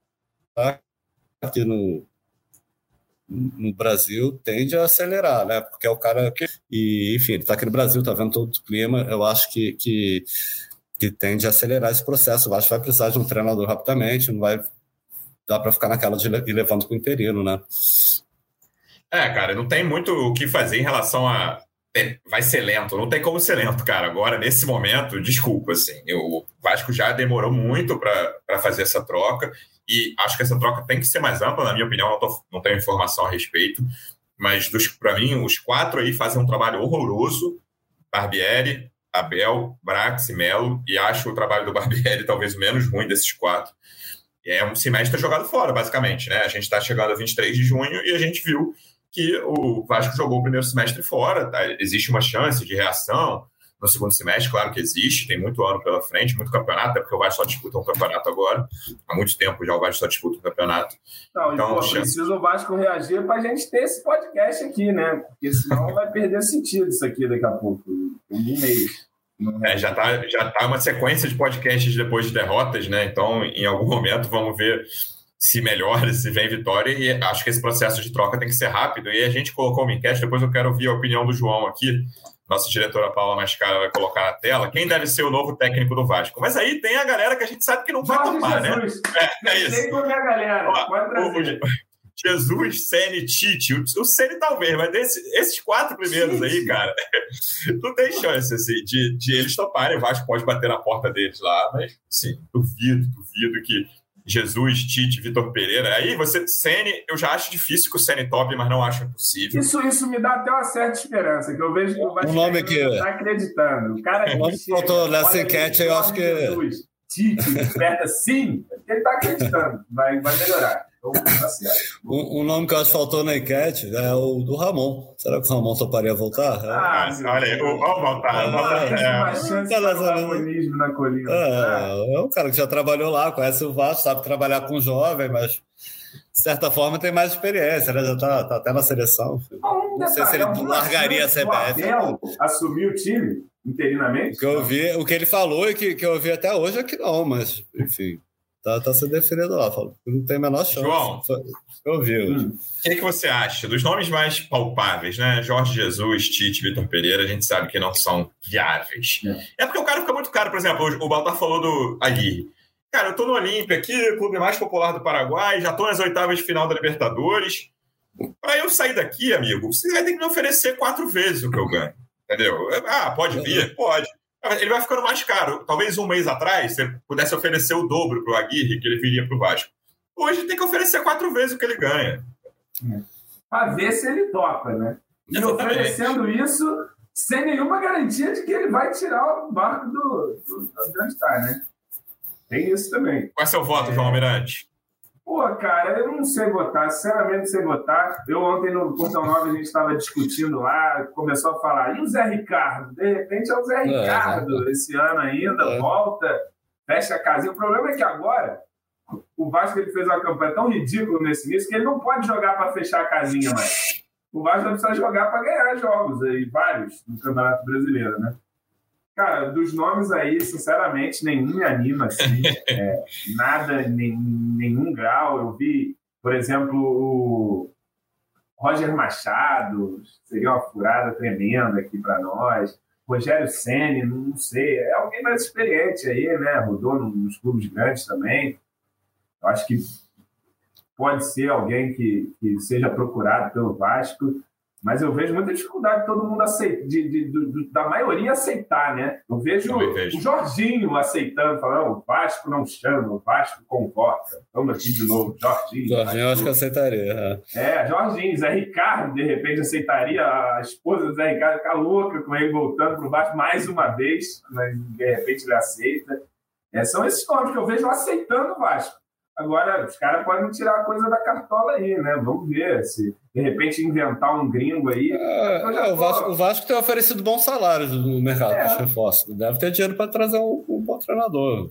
aqui no, no Brasil tende a acelerar, né? Porque é o cara que... E, enfim, ele está aqui no Brasil, está vendo todo o clima. Eu acho que... que que tende a acelerar esse processo. O Vasco vai precisar de um treinador rapidamente, não vai dar para ficar naquela de ir levando com o interino, né? É, cara, não tem muito o que fazer em relação a... Vai ser lento, não tem como ser lento, cara. Agora, nesse momento, desculpa, assim, o Vasco já demorou muito para fazer essa troca e acho que essa troca tem que ser mais ampla, na minha opinião, não, tô, não tenho informação a respeito, mas para mim, os quatro aí fazem um trabalho horroroso, Barbieri, Abel, Brax e Melo, e acho o trabalho do Barbieri talvez o menos ruim desses quatro. É um semestre jogado fora, basicamente, né? A gente está chegando a vinte e três de junho e a gente viu que o Vasco jogou o primeiro semestre fora, tá? Existe uma chance de reação no segundo semestre, claro que existe, tem muito ano pela frente, muito campeonato, até porque o Vasco só disputa um campeonato agora, há muito tempo já o Vasco só disputa um campeonato. Não, então, pô, precisa o Vasco reagir para a gente ter esse podcast aqui, né? Porque senão vai perder sentido isso aqui daqui a pouco, um mês. É, já está já tá uma sequência de podcasts depois de derrotas, né? Então, em algum momento, vamos ver se melhora, se vem vitória, e acho que esse processo de troca tem que ser rápido. E a gente colocou uma enquete, depois eu quero ouvir a opinião do João aqui, nossa diretora Paula Mascara vai colocar na tela, quem deve ser o novo técnico do Vasco. Mas aí tem a galera que a gente sabe que não vai Jorge topar, Jesus. né? É, é isso. Tem com a minha galera, Ó, pode trazer. O, Jesus, Ceni, Tite, o Ceni talvez, mas desse, esses quatro primeiros Tite. Aí, cara, não tem chance assim, de, de eles toparem. O Vasco pode bater na porta deles lá, mas sim, duvido, duvido que Jesus, Tite, Vitor Pereira. Aí você, Ceni, eu já acho difícil que o Ceni tope, mas não acho impossível. Isso, isso me dá até uma certa esperança, que eu vejo que o Vasco não está acreditando. O cara o nome que faltou nessa enquete, eu acho que... Jesus, Tite, desperta sim, ele está acreditando, vai, vai melhorar. Então, tá certo. Um, um nome que eu acho que faltou na enquete é o do Ramon. Será que o Ramon toparia voltar? Ah, é. Olha aí, vamos voltar. Vamos é, uma chance de protagonismo na colina. É, é um cara que já trabalhou lá, conhece o Vasco, sabe trabalhar com jovem, mas de certa forma tem mais experiência, né? Já tá, tá até na seleção. Não, não sei se ele largaria a C B F. O Abel assumiu o time interinamente? O que eu vi, o que ele falou e que, que eu vi até hoje é que não, mas enfim. Tá, tá sendo definido lá, falo. Não tem a menor chance. João, eu vi. O hum. que, que você acha dos nomes mais palpáveis, né? Jorge Jesus, Tite, Vitor Pereira, a gente sabe que não são viáveis. É, é porque o cara fica muito caro. Por exemplo, o Baltar falou do Aguirre. Cara, eu tô no Olímpia aqui, clube mais popular do Paraguai, já tô nas oitavas de final da Libertadores. Para eu sair daqui, amigo, você vai ter que me oferecer quatro vezes o que eu ganho. Entendeu? Ah, pode vir? Pode. Ele vai ficando mais caro. Talvez um mês atrás você pudesse oferecer o dobro para o Aguirre, que ele viria para o Vasco. Hoje tem que oferecer quatro vezes o que ele ganha. É. Para ver se ele topa, né? E Exatamente. Oferecendo isso sem nenhuma garantia de que ele vai tirar o barco do, do, do Grande Star, né? Tem isso também. Qual é seu voto, é... João Almirante? Pô, cara, eu não sei votar, sinceramente não sei votar. Eu ontem no Portão nove a gente estava discutindo lá, começou a falar, e o Zé Ricardo? De repente é o Zé Ricardo, é, esse ano ainda, é. volta, fecha a casinha. O problema é que agora, o Vasco ele fez uma campanha tão ridícula nesse início que ele não pode jogar para fechar a casinha mais. O Vasco vai precisar jogar para ganhar jogos, aí, vários, no Campeonato Brasileiro, né? Cara, dos nomes aí, sinceramente, nenhum me anima, assim, é, nada, nem, nenhum grau. Eu vi, por exemplo, o Roger Machado, seria uma furada tremenda aqui para nós. Rogério Ceni, não sei, é alguém mais experiente aí, né? Rodou nos clubes grandes também. Eu acho que pode ser alguém que, que seja procurado pelo Vasco. Mas eu vejo muita dificuldade de todo mundo aceitar, de, de, de, da maioria aceitar, né? Eu vejo, eu vejo. o Jorginho aceitando, falando, o Vasco não chama, o Vasco convoca. Vamos aqui de novo, Jorginho. Jorginho eu acho que aceitaria. É. é, Jorginho, Zé Ricardo, de repente, aceitaria, a esposa do Zé Ricardo ficar louca com ele voltando para o Vasco mais uma vez, mas de repente ele aceita. É, são esses nomes que eu vejo aceitando o Vasco. Agora, os caras podem tirar a coisa da cartola aí, né? Vamos ver se, de repente, inventar um gringo aí. É, é, o, Vasco, o Vasco tem oferecido bons salários no mercado é. de reforço. Deve ter dinheiro para trazer um, um bom treinador.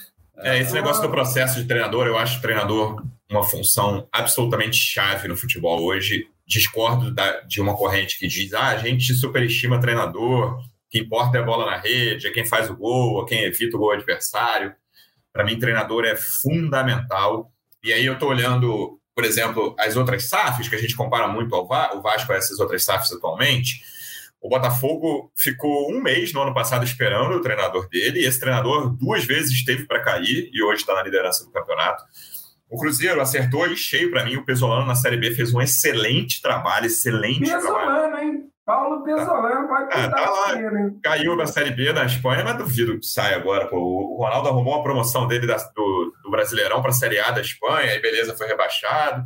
É, esse negócio do processo de treinador, eu acho o treinador uma função absolutamente chave no futebol hoje. Discordo da, de uma corrente que diz ah, a gente superestima treinador, o que importa é a bola na rede, é quem faz o gol, é quem evita o gol adversário. Para mim, treinador é fundamental. E aí eu estou olhando, por exemplo, as outras S A Fs, que a gente compara muito ao Va- o Vasco a essas outras S A Fs atualmente. O Botafogo ficou um mês no ano passado esperando o treinador dele, e esse treinador duas vezes esteve para cair e hoje está na liderança do campeonato. O Cruzeiro acertou e cheio para mim. O Pesolano na Série B fez um excelente trabalho, excelente Pesolano, trabalho. hein? Paulo Pesolano pode ah, tá lá, aqui, né? Caiu na Série B na Espanha, mas duvido que saia agora. Pô. O Ronaldo arrumou a promoção dele da, do, do Brasileirão para a Série A da Espanha, e beleza, foi rebaixado.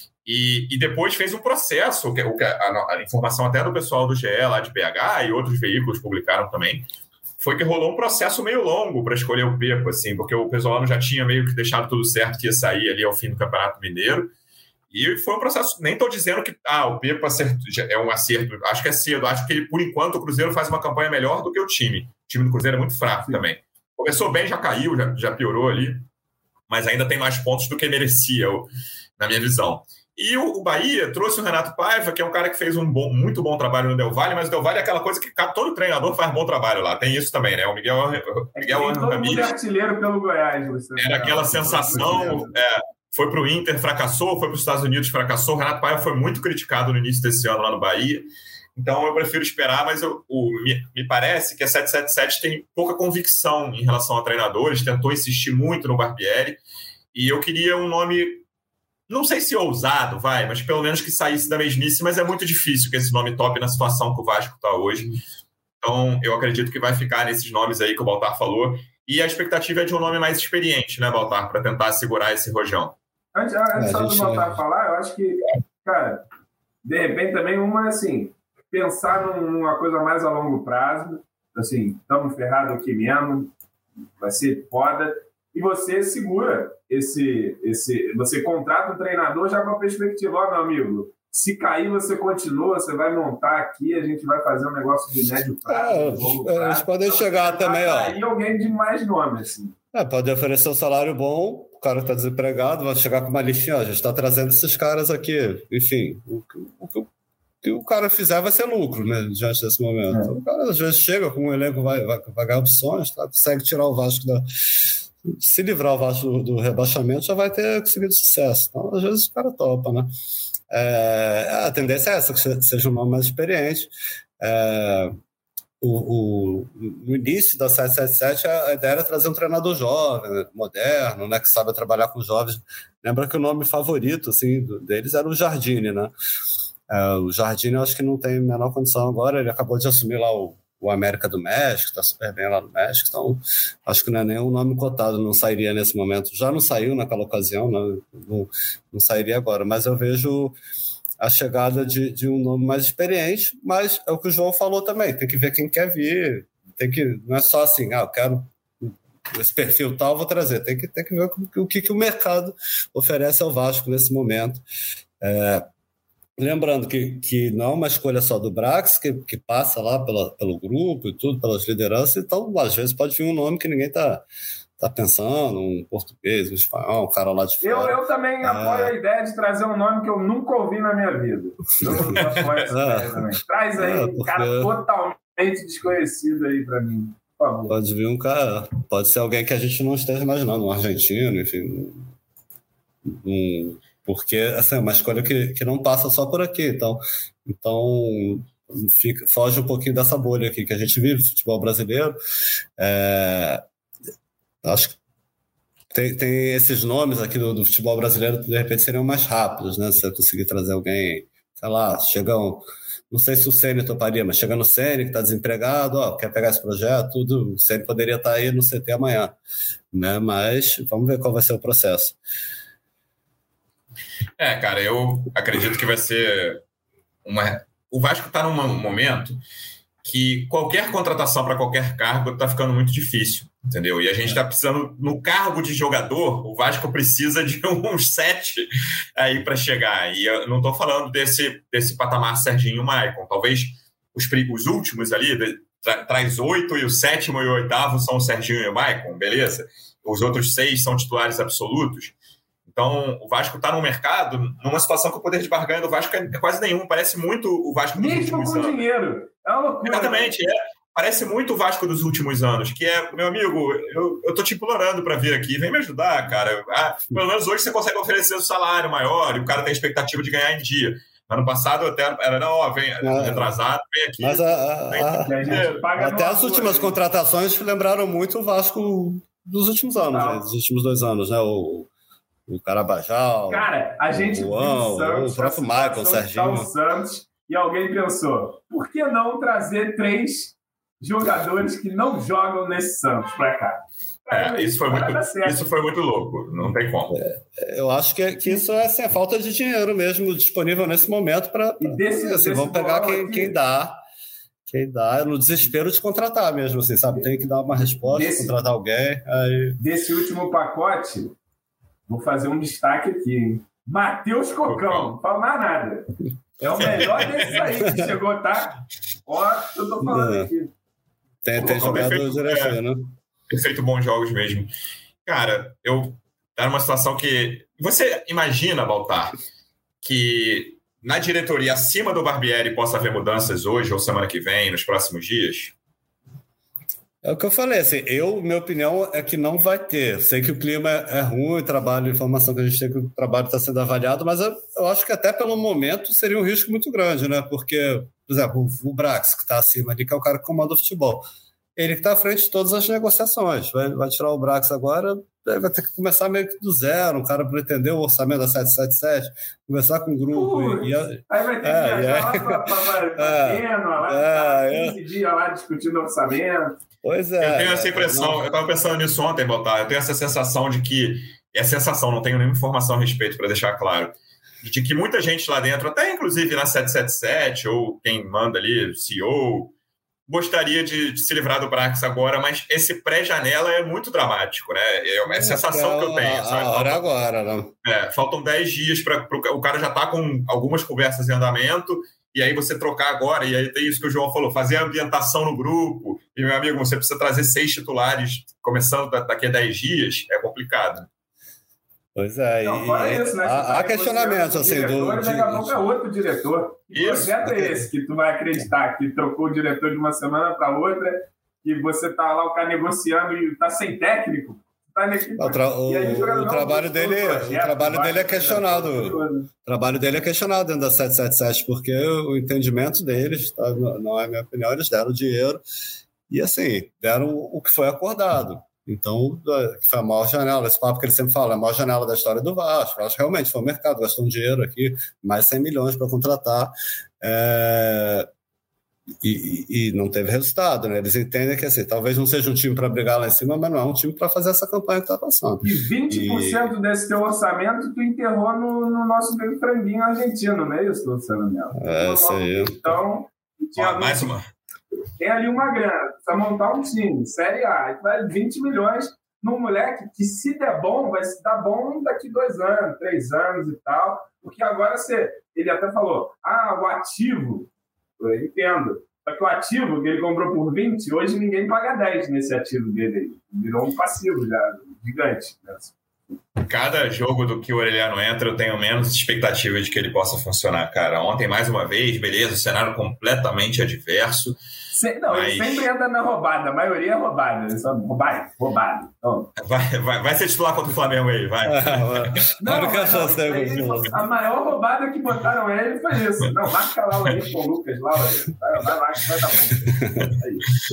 E, e depois fez um processo, que, a, a informação até do pessoal do G E lá de B H e outros veículos publicaram também, foi que rolou um processo meio longo para escolher o Pepa, assim, porque o Pesolano já tinha meio que deixado tudo certo que ia sair ali ao fim do Campeonato Mineiro. E foi um processo, nem estou dizendo que ah, o Pepa é um acerto, acho que é cedo, acho que ele, por enquanto o Cruzeiro faz uma campanha melhor do que o time. O time do Cruzeiro é muito fraco Sim. também. Começou bem, já caiu, já, já piorou ali, mas ainda tem mais pontos do que merecia, na minha visão. E o, o Bahia trouxe o Renato Paiva, que é um cara que fez um bom, muito bom trabalho no Del Valle, mas o Del Valle é aquela coisa que todo treinador faz bom trabalho lá, tem isso também, né? O Miguel, o Miguel é todo mundo é artilheiro pelo Goiás. Você era aquela sensação... É, foi para o Inter, fracassou, foi para os Estados Unidos, fracassou. O Renato Paiva foi muito criticado no início desse ano lá no Bahia. Então eu prefiro esperar, mas eu, o, me, me parece que a sete sete sete tem pouca convicção em relação a treinadores, tentou insistir muito no Barbieri, e eu queria um nome, não sei se ousado, vai, mas pelo menos que saísse da mesmice, mas é muito difícil que esse nome tope na situação que o Vasco está hoje. Então eu acredito que vai ficar nesses nomes aí que o Baltar falou. e a expectativa é de um nome mais experiente, né, Baltar, para tentar segurar esse rojão. Antes, antes só do Baltar falar, eu acho que, cara, de repente também uma, assim, pensar numa coisa mais a longo prazo, assim, estamos ferrados aqui mesmo, vai ser foda, e você segura esse, esse, você contrata um treinador já com a perspectiva, ó, meu amigo, se cair você continua, você vai montar aqui, a gente vai fazer um negócio de médio prazo, é, longo prazo. Eles podem então, chegar também, ó. Aí alguém de mais nome, assim. É, pode oferecer um salário bom, o cara está desempregado, vai chegar com uma listinha, ó, a gente está trazendo esses caras aqui, enfim, o, o, o, o que o cara fizer vai ser lucro, né, diante desse momento. É. O cara às vezes chega com um elenco, vai, vai, vai ganhar opções, tá? Consegue tirar o Vasco da... Se livrar o Vasco do, do rebaixamento, já vai ter conseguido sucesso. Então, às vezes o cara topa, né? É, a tendência é essa, que seja um nome mais experiente. É, o, o, no início da sete sete sete, a ideia era trazer um treinador jovem, moderno, né, que sabe trabalhar com jovens. Lembra que o nome favorito assim, deles era o Jardine, né? É, o Jardine eu acho que não tem a menor condição agora, ele acabou de assumir lá o, o América do México, está super bem lá no México, então acho que não é nem um nome cotado, não sairia nesse momento. Já não saiu naquela ocasião, né? não, não sairia agora, mas eu vejo a chegada de, de um nome mais experiente, mas é o que o João falou também, tem que ver quem quer vir, tem que, não é só assim, ah, eu quero esse perfil tal, vou trazer, tem que, tem que ver o que, que o mercado oferece ao Vasco nesse momento. É, lembrando que, que não é uma escolha só do Brax, que, que passa lá pela, pelo grupo e tudo, pelas lideranças, então às vezes pode vir um nome que ninguém está tá pensando, um português, um espanhol, um cara lá de fora. Eu, eu também é... apoio a ideia de trazer um nome que eu nunca ouvi na minha vida. Eu apoio essa ideia também. Traz aí é, porque... um cara totalmente desconhecido aí para mim, por favor. Pode vir um cara, pode ser alguém que a gente não esteja imaginando, um argentino, enfim, um... porque assim, é uma escolha que, que não passa só por aqui, então, então fica, foge um pouquinho dessa bolha aqui que a gente vive no futebol brasileiro. É, acho que tem, tem esses nomes aqui do, do futebol brasileiro que de repente seriam mais rápidos, né? Se eu conseguir trazer alguém, sei lá, chega um, não sei se o Ceni toparia, mas chega no Ceni que está desempregado, ó, quer pegar esse projeto, tudo, o Ceni poderia estar aí no C T amanhã, né? Mas vamos ver qual vai ser o processo. É, cara, eu acredito que vai ser uma... O Vasco está num momento que qualquer contratação para qualquer cargo está ficando muito difícil, entendeu? E a gente está precisando, no cargo de jogador, o Vasco precisa de uns sete aí para chegar. E eu não estou falando desse, desse patamar Serginho e Maicon. Talvez os, os últimos ali, tra, traz oito e o sétimo e o oitavo são o Serginho e o Maicon, beleza? Os outros seis são titulares absolutos. Então, o Vasco está no mercado numa situação que o poder de barganha do Vasco é quase nenhum. Parece muito o Vasco dos Mesmo últimos com anos. Dinheiro. É uma loucura. Exatamente. É. Parece muito o Vasco dos últimos anos, que é, meu amigo, eu, eu tô te implorando para vir aqui, vem me ajudar, cara. Ah, pelo menos hoje você consegue oferecer um salário maior e o cara tem a expectativa de ganhar em dia. Ano passado até era, não, ó, vem, é, retrasado, vem aqui. Mas a, a, vem, a, a, até as últimas aí. Contratações lembraram muito o Vasco dos últimos anos, né? Dos últimos dois anos, né? O o Carabajal, cara, a gente o Juan, Santos, o próprio Michael, o Serginho. O Santos, e alguém pensou, por que não trazer três jogadores que não jogam nesse Santos para cá? É, isso, foi muito, isso foi muito louco, não tem como. É, eu acho que, que isso é assim, a falta de dinheiro mesmo disponível nesse momento para assim, vamos pegar quem, quem dá. Quem dá, no desespero de contratar mesmo, assim, sabe? Tem que dar uma resposta, desse, contratar alguém. Aí... Desse último pacote, vou fazer um destaque aqui, hein? Matheus Cocão, não falo mais nada. É o melhor desses aí que chegou, tá? Ó, eu tô falando é. aqui. Tem, tem jogadores é, né? Tem feito bons jogos mesmo. Cara, eu... Era uma situação que... Você imagina, Baltar, que na diretoria acima do Barbieri possa haver mudanças hoje ou semana que vem, nos próximos dias? É o que eu falei, assim, eu, minha opinião é que não vai ter. Sei que o clima é, é ruim, o trabalho, a informação que a gente tem que o trabalho está sendo avaliado, mas eu, eu acho que até pelo momento seria um risco muito grande, né? Porque, por exemplo, o, o Brax, que está acima ali, que é o cara que comanda o futebol, ele que está à frente de todas as negociações. Vai, vai tirar o Brax agora, vai ter que começar meio que do zero, um cara para entender o orçamento da sete sete sete, conversar com o grupo. Uh, e, e, aí vai ter é, que viajar é, lá para Pena, lá, é, quinze dias lá discutindo orçamento. Pois é. Eu tenho essa impressão, não... eu estava pensando nisso ontem, Baltar, eu tenho essa sensação de que, é sensação, não tenho nenhuma informação a respeito, para deixar claro, de que muita gente lá dentro, até inclusive na sete sete sete, ou quem manda ali, C E O, gostaria de, de se livrar do Brax agora, mas esse pré-janela é muito dramático, né? É a sensação que eu tenho. A, a hora agora, né? É, faltam dez dias para o cara já tá com algumas conversas em andamento, e aí você trocar agora, e aí tem isso que o João falou, fazer a ambientação no grupo, e meu amigo, você precisa trazer seis titulares começando daqui a dez dias, é complicado. Pois é, não, e, isso, né? há, há questionamentos assim diretor, do. Daqui a pouco é outro diretor. Que projeto é esse que tu vai acreditar que trocou o diretor de uma semana para outra, que você tá lá, o cara negociando e tá sem técnico? Tá o, tra o, o trabalho dele, projeto, o trabalho dele é questionado. O trabalho dele é questionado dentro da sete sete sete, porque o entendimento deles, tá, não é a minha opinião, eles deram dinheiro e assim, deram o que foi acordado. Então, foi a maior janela, esse papo que ele sempre fala, a maior janela da história do Vasco. Acho que realmente foi o mercado, gastou um dinheiro aqui, mais cem milhões para contratar, é... e, e, e não teve resultado, né? Eles entendem que assim, talvez não seja um time para brigar lá em cima, mas não é um time para fazer essa campanha que está passando. E vinte por cento e... desse teu orçamento tu enterrou no, no nosso franguinho argentino, não é isso, Luciano Melo? É, isso aí. Então, tinha ah, mais uma. Tem ali uma grana, precisa montar um time, Série A, aí vai vinte milhões num moleque que, se der bom, vai se dar bom daqui dois anos, três anos e tal, porque agora você, ele até falou, ah, o ativo, eu entendo, só que o ativo que ele comprou por vinte, hoje ninguém paga dez nesse ativo dele, virou um passivo já, gigante, né? Cada jogo do que o Aureliano entra, eu tenho menos expectativa de que ele possa funcionar, cara. Ontem, mais uma vez, beleza, o cenário completamente adverso. Se, não, mas... ele sempre entra na roubada, a maioria é roubada. Só roubado, roubado. Então... Vai, vai, vai ser titular contra o Flamengo aí, vai. não, não, não, a maior roubada que botaram ele foi isso. Não, marca lá o Henrique com o Lucas lá, vai, vai lá que vai dar bom. É isso.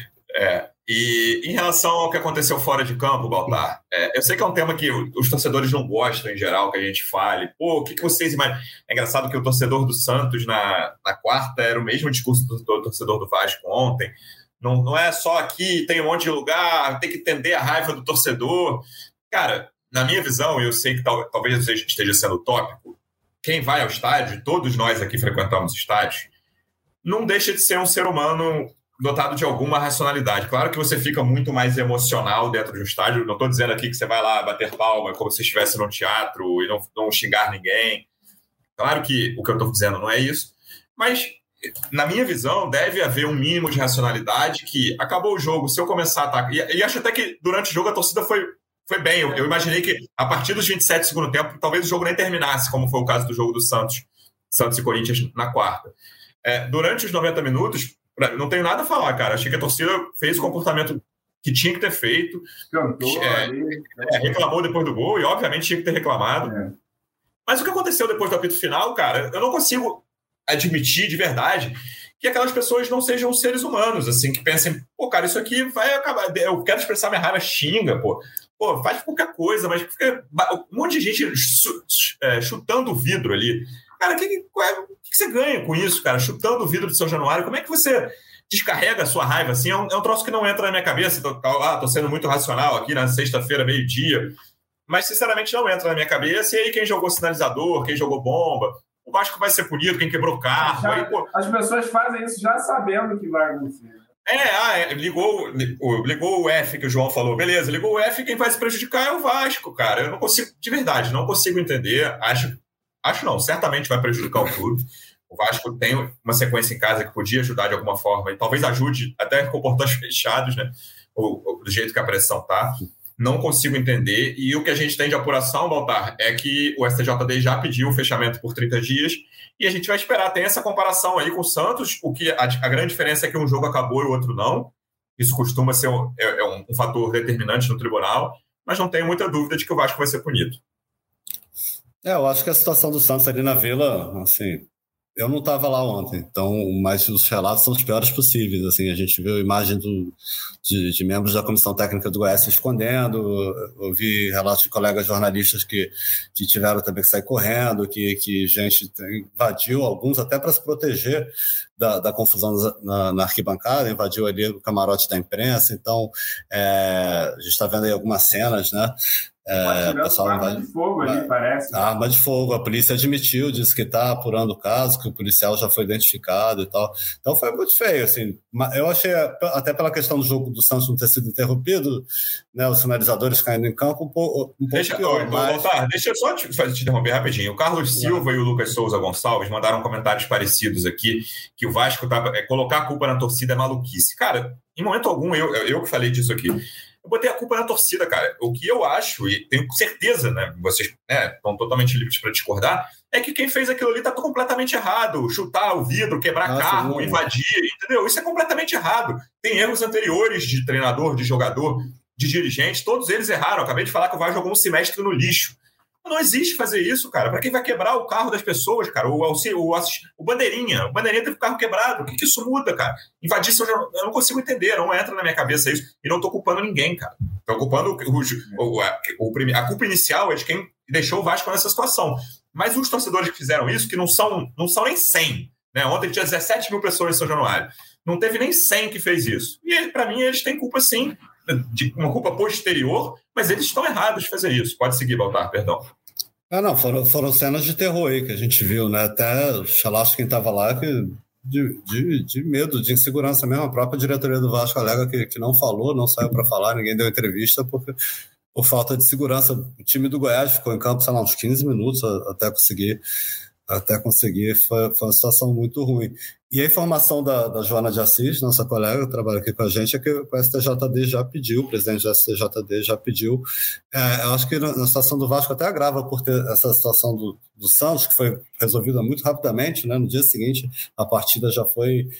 É, e em relação ao que aconteceu fora de campo, Baltar, é, eu sei que é um tema que os torcedores não gostam em geral que a gente fale. Pô, o que, que vocês imaginam? É engraçado que o torcedor do Santos na, na quarta era o mesmo discurso do, do torcedor do Vasco ontem. Não, não é só aqui, tem um monte de lugar, tem que entender a raiva do torcedor. Cara, na minha visão, e eu sei que tal, talvez eu esteja sendo utópico, quem vai ao estádio, todos nós aqui frequentamos estádios, não deixa de ser um ser humano dotado de alguma racionalidade. Claro que você fica muito mais emocional dentro de um estádio. Não estou dizendo aqui que você vai lá bater palma como se estivesse num teatro e não, não xingar ninguém. Claro que o que eu estou dizendo não é isso. Mas, na minha visão, deve haver um mínimo de racionalidade que acabou o jogo, se eu começar a atacar... E, e acho até que durante o jogo a torcida foi, foi bem. Eu, eu imaginei que a partir dos vinte e sete do segundo tempo, talvez o jogo nem terminasse, como foi o caso do jogo do Santos, Santos e Corinthians na quarta. É, durante os noventa minutos, não tenho nada a falar, cara. Achei que a torcida fez o comportamento que tinha que ter feito. Cantou, é, ali, é, reclamou depois do gol e, obviamente, tinha que ter reclamado. É. Mas o que aconteceu depois do apito final, cara, eu não consigo admitir de verdade que aquelas pessoas não sejam seres humanos, assim, que pensem, pô, cara, isso aqui vai acabar. Eu quero expressar minha raiva, xinga, pô. Pô, faz qualquer coisa, mas fica um monte de gente chutando o vidro ali. Cara, o que, que, que você ganha com isso, cara? Chutando o vidro de São Januário, como é que você descarrega a sua raiva assim? É um, é um troço que não entra na minha cabeça. Tô, ah, tô sendo muito racional aqui na sexta-feira, meio-dia. Mas, sinceramente, não entra na minha cabeça. E aí, quem jogou sinalizador, quem jogou bomba, o Vasco vai ser punido, quem quebrou carro. Já, aí, pô... As pessoas fazem isso já sabendo que vai acontecer. É, ah, é, ligou, ligou o F que o João falou. Beleza, ligou o F, quem vai se prejudicar é o Vasco, cara. Eu não consigo, de verdade, não consigo entender. Acho Acho não, certamente vai prejudicar o clube. O Vasco tem uma sequência em casa que podia ajudar de alguma forma, e talvez ajude até com portões fechados, né? O, o, do jeito que a pressão tá. Não consigo entender. E o que a gente tem de apuração, Baltar, é que o S T J D já pediu o fechamento por trinta dias, e a gente vai esperar. Tem essa comparação aí com o Santos, o que a, a grande diferença é que um jogo acabou e o outro não. Isso costuma ser um, é, é um, um fator determinante no tribunal, mas não tenho muita dúvida de que o Vasco vai ser punido. É, eu acho que a situação do Santos ali na Vila, assim, eu não estava lá ontem, então, mas os relatos são os piores possíveis. Assim, a gente viu a imagem do, de, de membros da comissão técnica do Goiás se escondendo, eu vi relatos de colegas jornalistas que, que tiveram também que sair correndo, que, que gente invadiu, alguns até para se proteger da, da confusão na, na arquibancada, invadiu ali o camarote da imprensa. Então, é, a gente está vendo aí algumas cenas, né? É, pessoal arma vai, de fogo ali, vai, parece. Arma de fogo. A polícia admitiu, disse que está apurando o caso, que o policial já foi identificado e tal. Então foi muito feio, assim. Eu achei, até pela questão do jogo do Santos não ter sido interrompido, né, os sinalizadores caindo em campo, um pouco, um deixa, pouco pior. Ô, mas... Voltar, deixa eu só te, te interromper rapidinho. O Carlos Silva é. e o Lucas Souza Gonçalves mandaram comentários parecidos aqui, que o Vasco tava, é, colocar a culpa na torcida é maluquice. Cara, em momento algum, eu, eu que falei disso aqui, eu botei a culpa na torcida, cara. O que eu acho, e tenho certeza, né, vocês né, estão totalmente livres para discordar, é que quem fez aquilo ali está completamente errado. Chutar o vidro, quebrar Nossa, carro, não. invadir, entendeu? Isso é completamente errado. Tem erros anteriores de treinador, de jogador, de dirigente, todos eles erraram. Eu acabei de falar que o Vasco jogou um semestre no lixo. Não existe fazer isso, cara. Para quem vai quebrar o carro das pessoas, cara? O, o, o, o Bandeirinha. O Bandeirinha teve o carro quebrado. O que, que isso muda, cara? Invadir, eu, já, eu não consigo entender. Não entra na minha cabeça isso. E não estou culpando ninguém, cara. Estou culpando o, o, a, o, a culpa inicial é de quem deixou o Vasco nessa situação. Mas os torcedores que fizeram isso, que não são, não são nem cem. Né? Ontem tinha dezessete mil pessoas em São Januário. Não teve nem cem que fez isso. E, para mim, eles têm culpa, sim. De uma culpa posterior, mas eles estão errados de fazer isso. Pode seguir, Baltar, perdão. Ah, não, foram, foram cenas de terror aí que a gente viu, né? Até, sei lá, quem estava lá, que, de, de, de medo, de insegurança mesmo. A própria diretoria do Vasco alega que, que não falou, não saiu para falar, ninguém deu entrevista porque, por falta de segurança. O time do Goiás ficou em campo, sei lá, uns quinze minutos até conseguir. Até conseguir, foi, foi uma situação muito ruim. E a informação da, da Joana de Assis, nossa colega que trabalha aqui com a gente, é que o S T J D já pediu, o presidente do S T J D já pediu. É, eu acho que na, na situação do Vasco até agrava por ter essa situação do, do Santos, que foi resolvida muito rapidamente, né? No dia seguinte, a partida já foi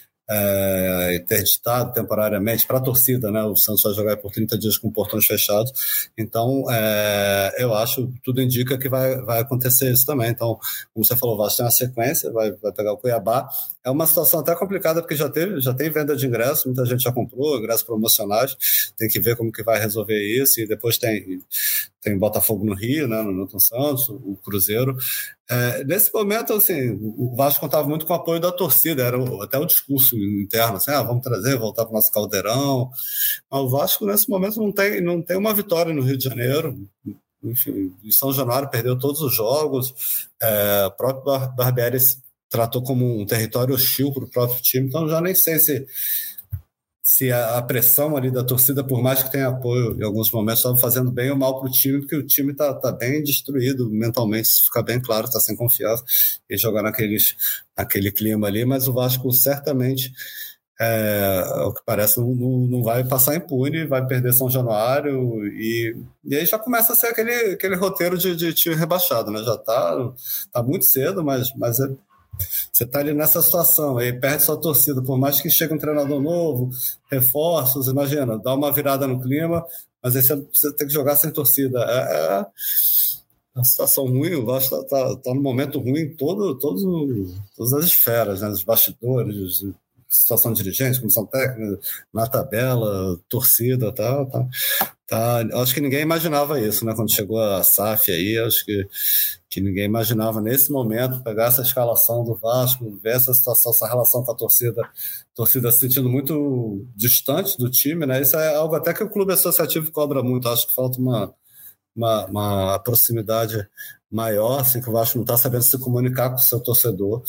é, interditado temporariamente para a torcida, né? O Santos vai jogar por trinta dias com portões fechados. Então, é, eu acho, tudo indica que vai, vai acontecer isso também. Então, como você falou, o Vasco tem uma sequência, vai, vai pegar o Cuiabá. É uma situação até complicada, porque já, teve, já tem venda de ingressos, muita gente já comprou, ingressos promocionais, tem que ver como que vai resolver isso, e depois tem, tem Botafogo no Rio, né, no Newton Santos, o Cruzeiro. É, nesse momento, assim, o Vasco contava muito com o apoio da torcida, era o, até o discurso interno, assim, ah, vamos trazer, voltar para o nosso caldeirão. Mas o Vasco, nesse momento, não tem, não tem uma vitória no Rio de Janeiro. Enfim, em São Januário perdeu todos os jogos, é, o próprio Bar- Barbieri tratou como um território hostil para o próprio time, então já nem sei se, se a, a pressão ali da torcida, por mais que tenha apoio em alguns momentos, estava fazendo bem ou mal para o time, porque o time está tá bem destruído mentalmente, isso fica bem claro, está sem confiança, e jogar naqueles, naquele clima ali, mas o Vasco certamente, é, o que parece, não, não vai passar impune, vai perder São Januário, e, e aí já começa a ser aquele, aquele roteiro de, de time rebaixado, né? Já está tá muito cedo, mas, mas é você está ali nessa situação, aí perde sua torcida, por mais que chegue um treinador novo, reforços, imagina, dá uma virada no clima, mas aí você, você tem que jogar sem torcida. É, é uma situação ruim, o Vasco está tá, tá num momento ruim em todo, todo, todas as esferas, né? Os bastidores, situação de dirigente, comissão técnica, na tabela, torcida, tá, tá, tá. Acho que ninguém imaginava isso, né? Quando chegou a S A F aí, acho que, que ninguém imaginava nesse momento pegar essa escalação do Vasco, ver essa situação, essa relação com a torcida, a torcida se sentindo muito distante do time, né? Isso é algo até que o clube associativo cobra muito. Acho que falta uma, uma, uma proximidade maior, assim, que o Vasco não está sabendo se comunicar com o seu torcedor.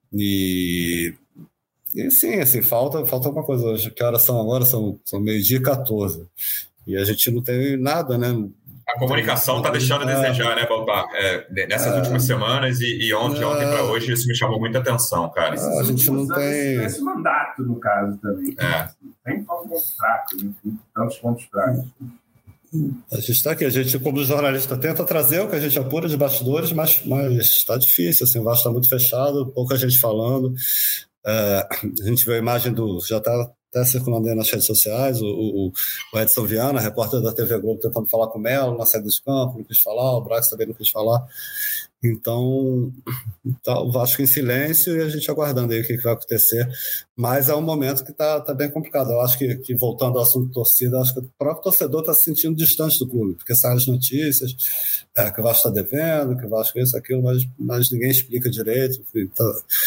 E E sim, assim, falta, falta alguma coisa hoje. Que horas são agora? São, são meio-dia e quatorze. E a gente não tem nada, né? A comunicação está deixando a desejar, né, Baltar? É, nessas é, últimas semanas e, e ontem, é, ontem para hoje, isso me chamou muita atenção, cara. É, a gente não tem... Esse mandato, no caso, também. É. Tem pontos fracos, enfim, tantos pontos fracos. A gente está aqui, a gente, como jornalista, tenta trazer o que a gente apura de bastidores, mas está difícil, assim, o Vasco está muito fechado, pouca gente falando. Uh, a gente vê a imagem do... já está até circulando aí nas redes sociais, o, o, o Edson Viana, repórter da T V Globo, tentando falar com o Melo na saída de campo, não quis falar, o Brax também não quis falar. Então, tá o Vasco em silêncio e a gente aguardando aí o que, que vai acontecer. Mas é um momento que está tá bem complicado. Eu acho que, que, voltando ao assunto torcida, acho que o próprio torcedor está se sentindo distante do clube, porque saem as notícias é, que o Vasco está devendo, que o Vasco isso, aquilo, mas, mas ninguém explica direito. Está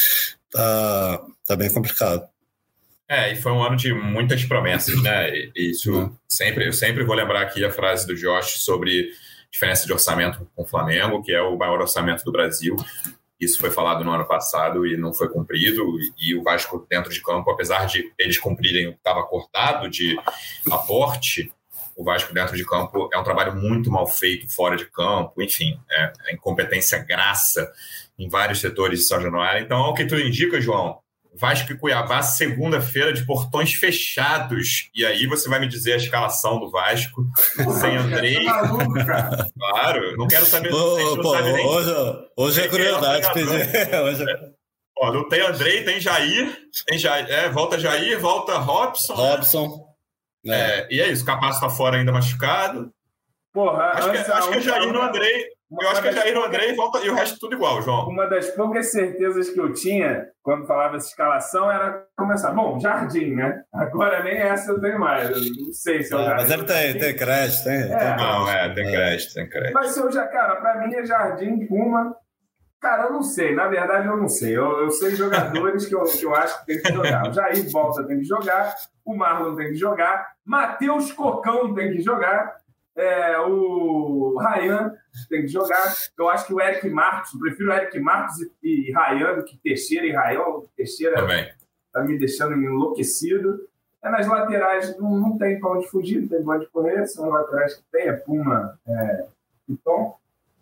tá, tá bem complicado. É, e foi um ano de muitas promessas, né? E, isso é. sempre, eu sempre vou lembrar aqui a frase do Josh sobre diferença de orçamento com o Flamengo, que é o maior orçamento do Brasil. Isso foi falado no ano passado e não foi cumprido. E o Vasco dentro de campo, apesar de eles cumprirem o que estava cortado de aporte, o Vasco dentro de campo é um trabalho muito mal feito fora de campo. Enfim, é, é incompetência graça em vários setores de São Januário. Então, o que tu indica, João? Vasco e Cuiabá, segunda-feira, de portões fechados. E aí você vai me dizer a escalação do Vasco, sem Andrei. Claro, não quero saber. Oh, não pô, sabe nem hoje, hoje é curiosidade pedir. Hoje é... Ó, não tem Andrei, tem Jair. Tem Jair é, volta Jair, volta Robson. Robson. Né? É. É, e é isso, o Capaz está fora ainda machucado. Porra, acho que, acho que é Jair no Andrei. Eu acho que é Jair no Andrei e, volta, e o resto tudo igual, João. Uma das poucas certezas que eu tinha quando falava essa escalação era começar. Bom, Jardim, né? Agora nem essa eu tenho mais. Eu não sei se é o Jardim. Mas ele tem, tem crédito, tem. É. tem não, é, tem crédito, tem crédito. Mas se eu já, cara, pra mim é Jardim, Puma. Cara, eu não sei. Na verdade, eu não sei. Eu, eu sei jogadores que eu, que eu acho que tem que jogar. O Jair volta, tem que jogar. O Marlon tem que jogar. Matheus Cocão tem que jogar. É, o Ryan tem que jogar. Eu acho que o Eric Marcos, eu prefiro o Eric Marcos e, e Ryan do que Teixeira e Ryan. O Teixeira também tá me deixando enlouquecido. É, nas laterais não, não tem pra onde fugir, não tem pra onde correr. São as laterais que tem, é Puma, é Piton.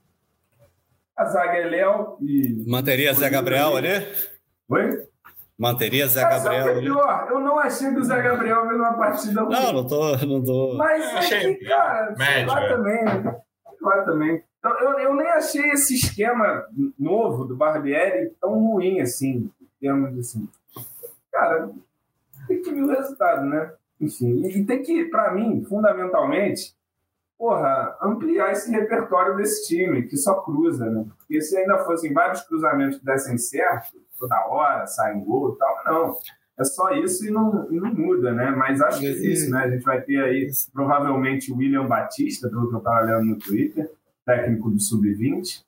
A zaga é Léo e... Manteria Zé Gabriel ali? Oi? Manteria Zé Mas Gabriel sabe o que é pior? Eu não achei que o Zé Gabriel fez uma partida ruim. Não, não tô... Não tô... Mas é achei que, cara, médio, lá é. também, lá também. Então, eu, eu nem achei esse esquema novo do Barbieri tão ruim, assim, em termos de, assim... Cara, tem que ver o resultado, né? Enfim, e tem que, pra mim, fundamentalmente, porra, ampliar esse repertório desse time, que só cruza, né? Porque se ainda fossem vários cruzamentos que dessem certo, toda hora, sai um gol e tal, não. É só isso e não, e não muda, né? Mas acho que é isso, né? A gente vai ter aí, provavelmente, o William Batista, pelo que eu estava lendo no Twitter, técnico do sub vinte,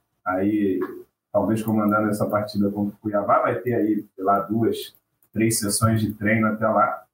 aí, talvez comandando essa partida contra o Cuiabá, vai ter aí, sei lá, duas, três sessões de treino até lá.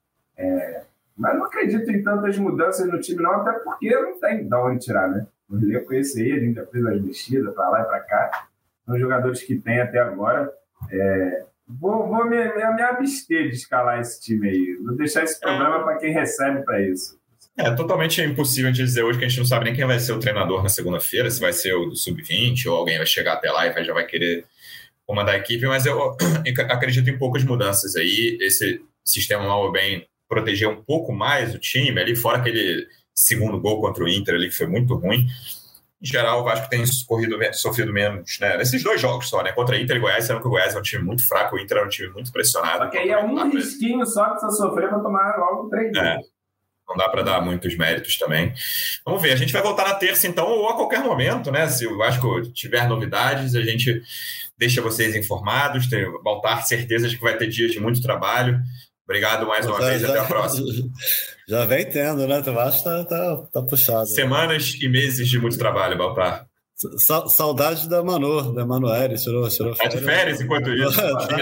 É... Mas não acredito em tantas mudanças no time, não, até porque não tem de onde tirar, né? O elenco é esse aí, a gente já fez as mexidas para lá e para cá. São jogadores que tem até agora. É... Vou, vou me, me abster de escalar esse time aí. Vou deixar esse problema para quem recebe para isso. É totalmente impossível de dizer hoje que a gente não sabe nem quem vai ser o treinador na segunda-feira, se vai ser o do sub vinte ou alguém vai chegar até lá e já vai querer comandar a equipe, mas eu acredito em poucas mudanças aí. Esse sistema, mal ou bem, proteger um pouco mais o time ali, fora aquele segundo gol contra o Inter ali, que foi muito ruim. Em geral, o Vasco tem corrido, sofrido menos, né? Nesses dois jogos só, né? Contra Inter e Goiás, sendo que o Goiás é um time muito fraco, o Inter é um time muito pressionado. Porque aí é um risquinho só que você sofrer para tomar logo três gols. É, não dá para dar muitos méritos também. Vamos ver, a gente vai voltar na terça então, ou a qualquer momento, né? Se o Vasco tiver novidades, a gente deixa vocês informados. Tem, Baltar, certeza de que vai ter dias de muito trabalho. Obrigado mais uma já, vez e até a próxima. Já vem tendo, né? Eu acho que tá, tá, tá puxado. Semanas e meses de muito trabalho, Baltar. Sa- saudade da Manu, da Manoel, tirou, tirou férias. Tá de férias enquanto isso.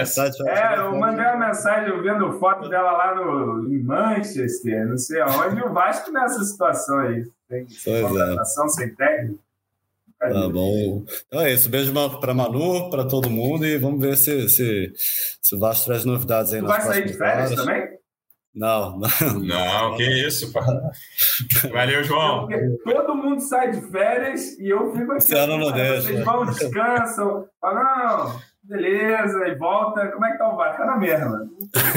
É, eu mandei uma mensagem, eu vendo foto dela lá no, em Manchester, não sei aonde, e o Vasco nessa situação aí. Tem contratação sem técnico. Tá bom. Então é isso. Beijo para Manu, para todo mundo e vamos ver se, se, se o Vasco traz novidades aí. Tu vai sair de férias horas. Também? Não, não. Não, que isso, pá. Valeu, João. Todo mundo sai de férias e eu fico aqui. Esse ano não deixa. Vocês vão, descansam, falam, não, beleza, e volta. Como é que tá o Vasco? Tá na mesma.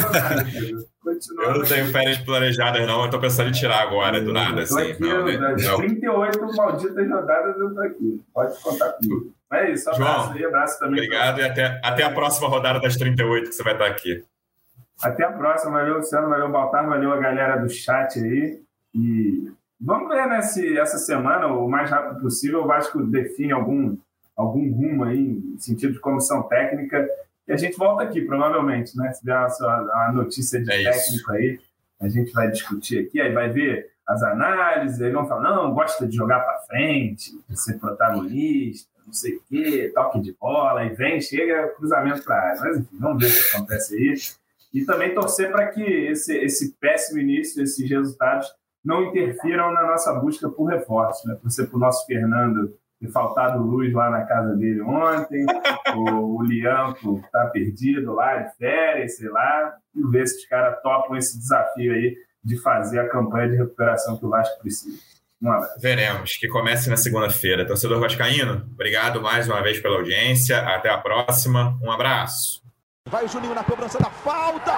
Continua. Eu não tenho férias planejadas, não. Eu tô pensando em tirar agora, do nada. Assim. Aqui, não, né? Das trinta e oito malditas rodadas eu tô aqui. Pode contar comigo. É isso, abraço João, aí, abraço também. Obrigado e até, até a próxima rodada das trinta e oito que você vai estar aqui. Até a próxima. Valeu, Luciano. Valeu, Baltar. Valeu a galera do chat aí. E vamos ver, né, se essa semana, o mais rápido possível, o Vasco define algum, algum rumo aí, em sentido de comissão técnica. E a gente volta aqui, provavelmente, né? Se der a, a notícia de é técnico isso. Aí, a gente vai discutir aqui, aí vai ver as análises, aí vão falar, não, gosta de jogar para frente, de ser protagonista, não sei o quê, toque de bola, e vem, chega, cruzamento para a área. Mas, enfim, vamos ver o que acontece aí. E também torcer para que esse, esse péssimo início, esses resultados, não interfiram na nossa busca por reforços, né? Torcer para o nosso Fernando ter faltado luz lá na casa dele ontem, o, o Lianco tá perdido lá de férias, sei lá, e ver se os caras topam esse desafio aí de fazer a campanha de recuperação que o Vasco precisa. Um abraço. Veremos, que comece na segunda-feira. Torcedor vascaíno, obrigado mais uma vez pela audiência, até a próxima, um abraço. Vai o Juninho na cobrança da falta,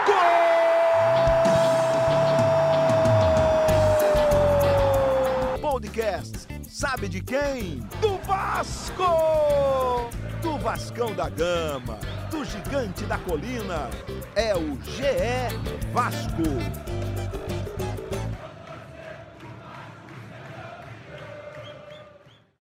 gol! Podcast, sabe de quem? Do Vasco! Do Vascão da Gama, do Gigante da Colina, é o G E Vasco.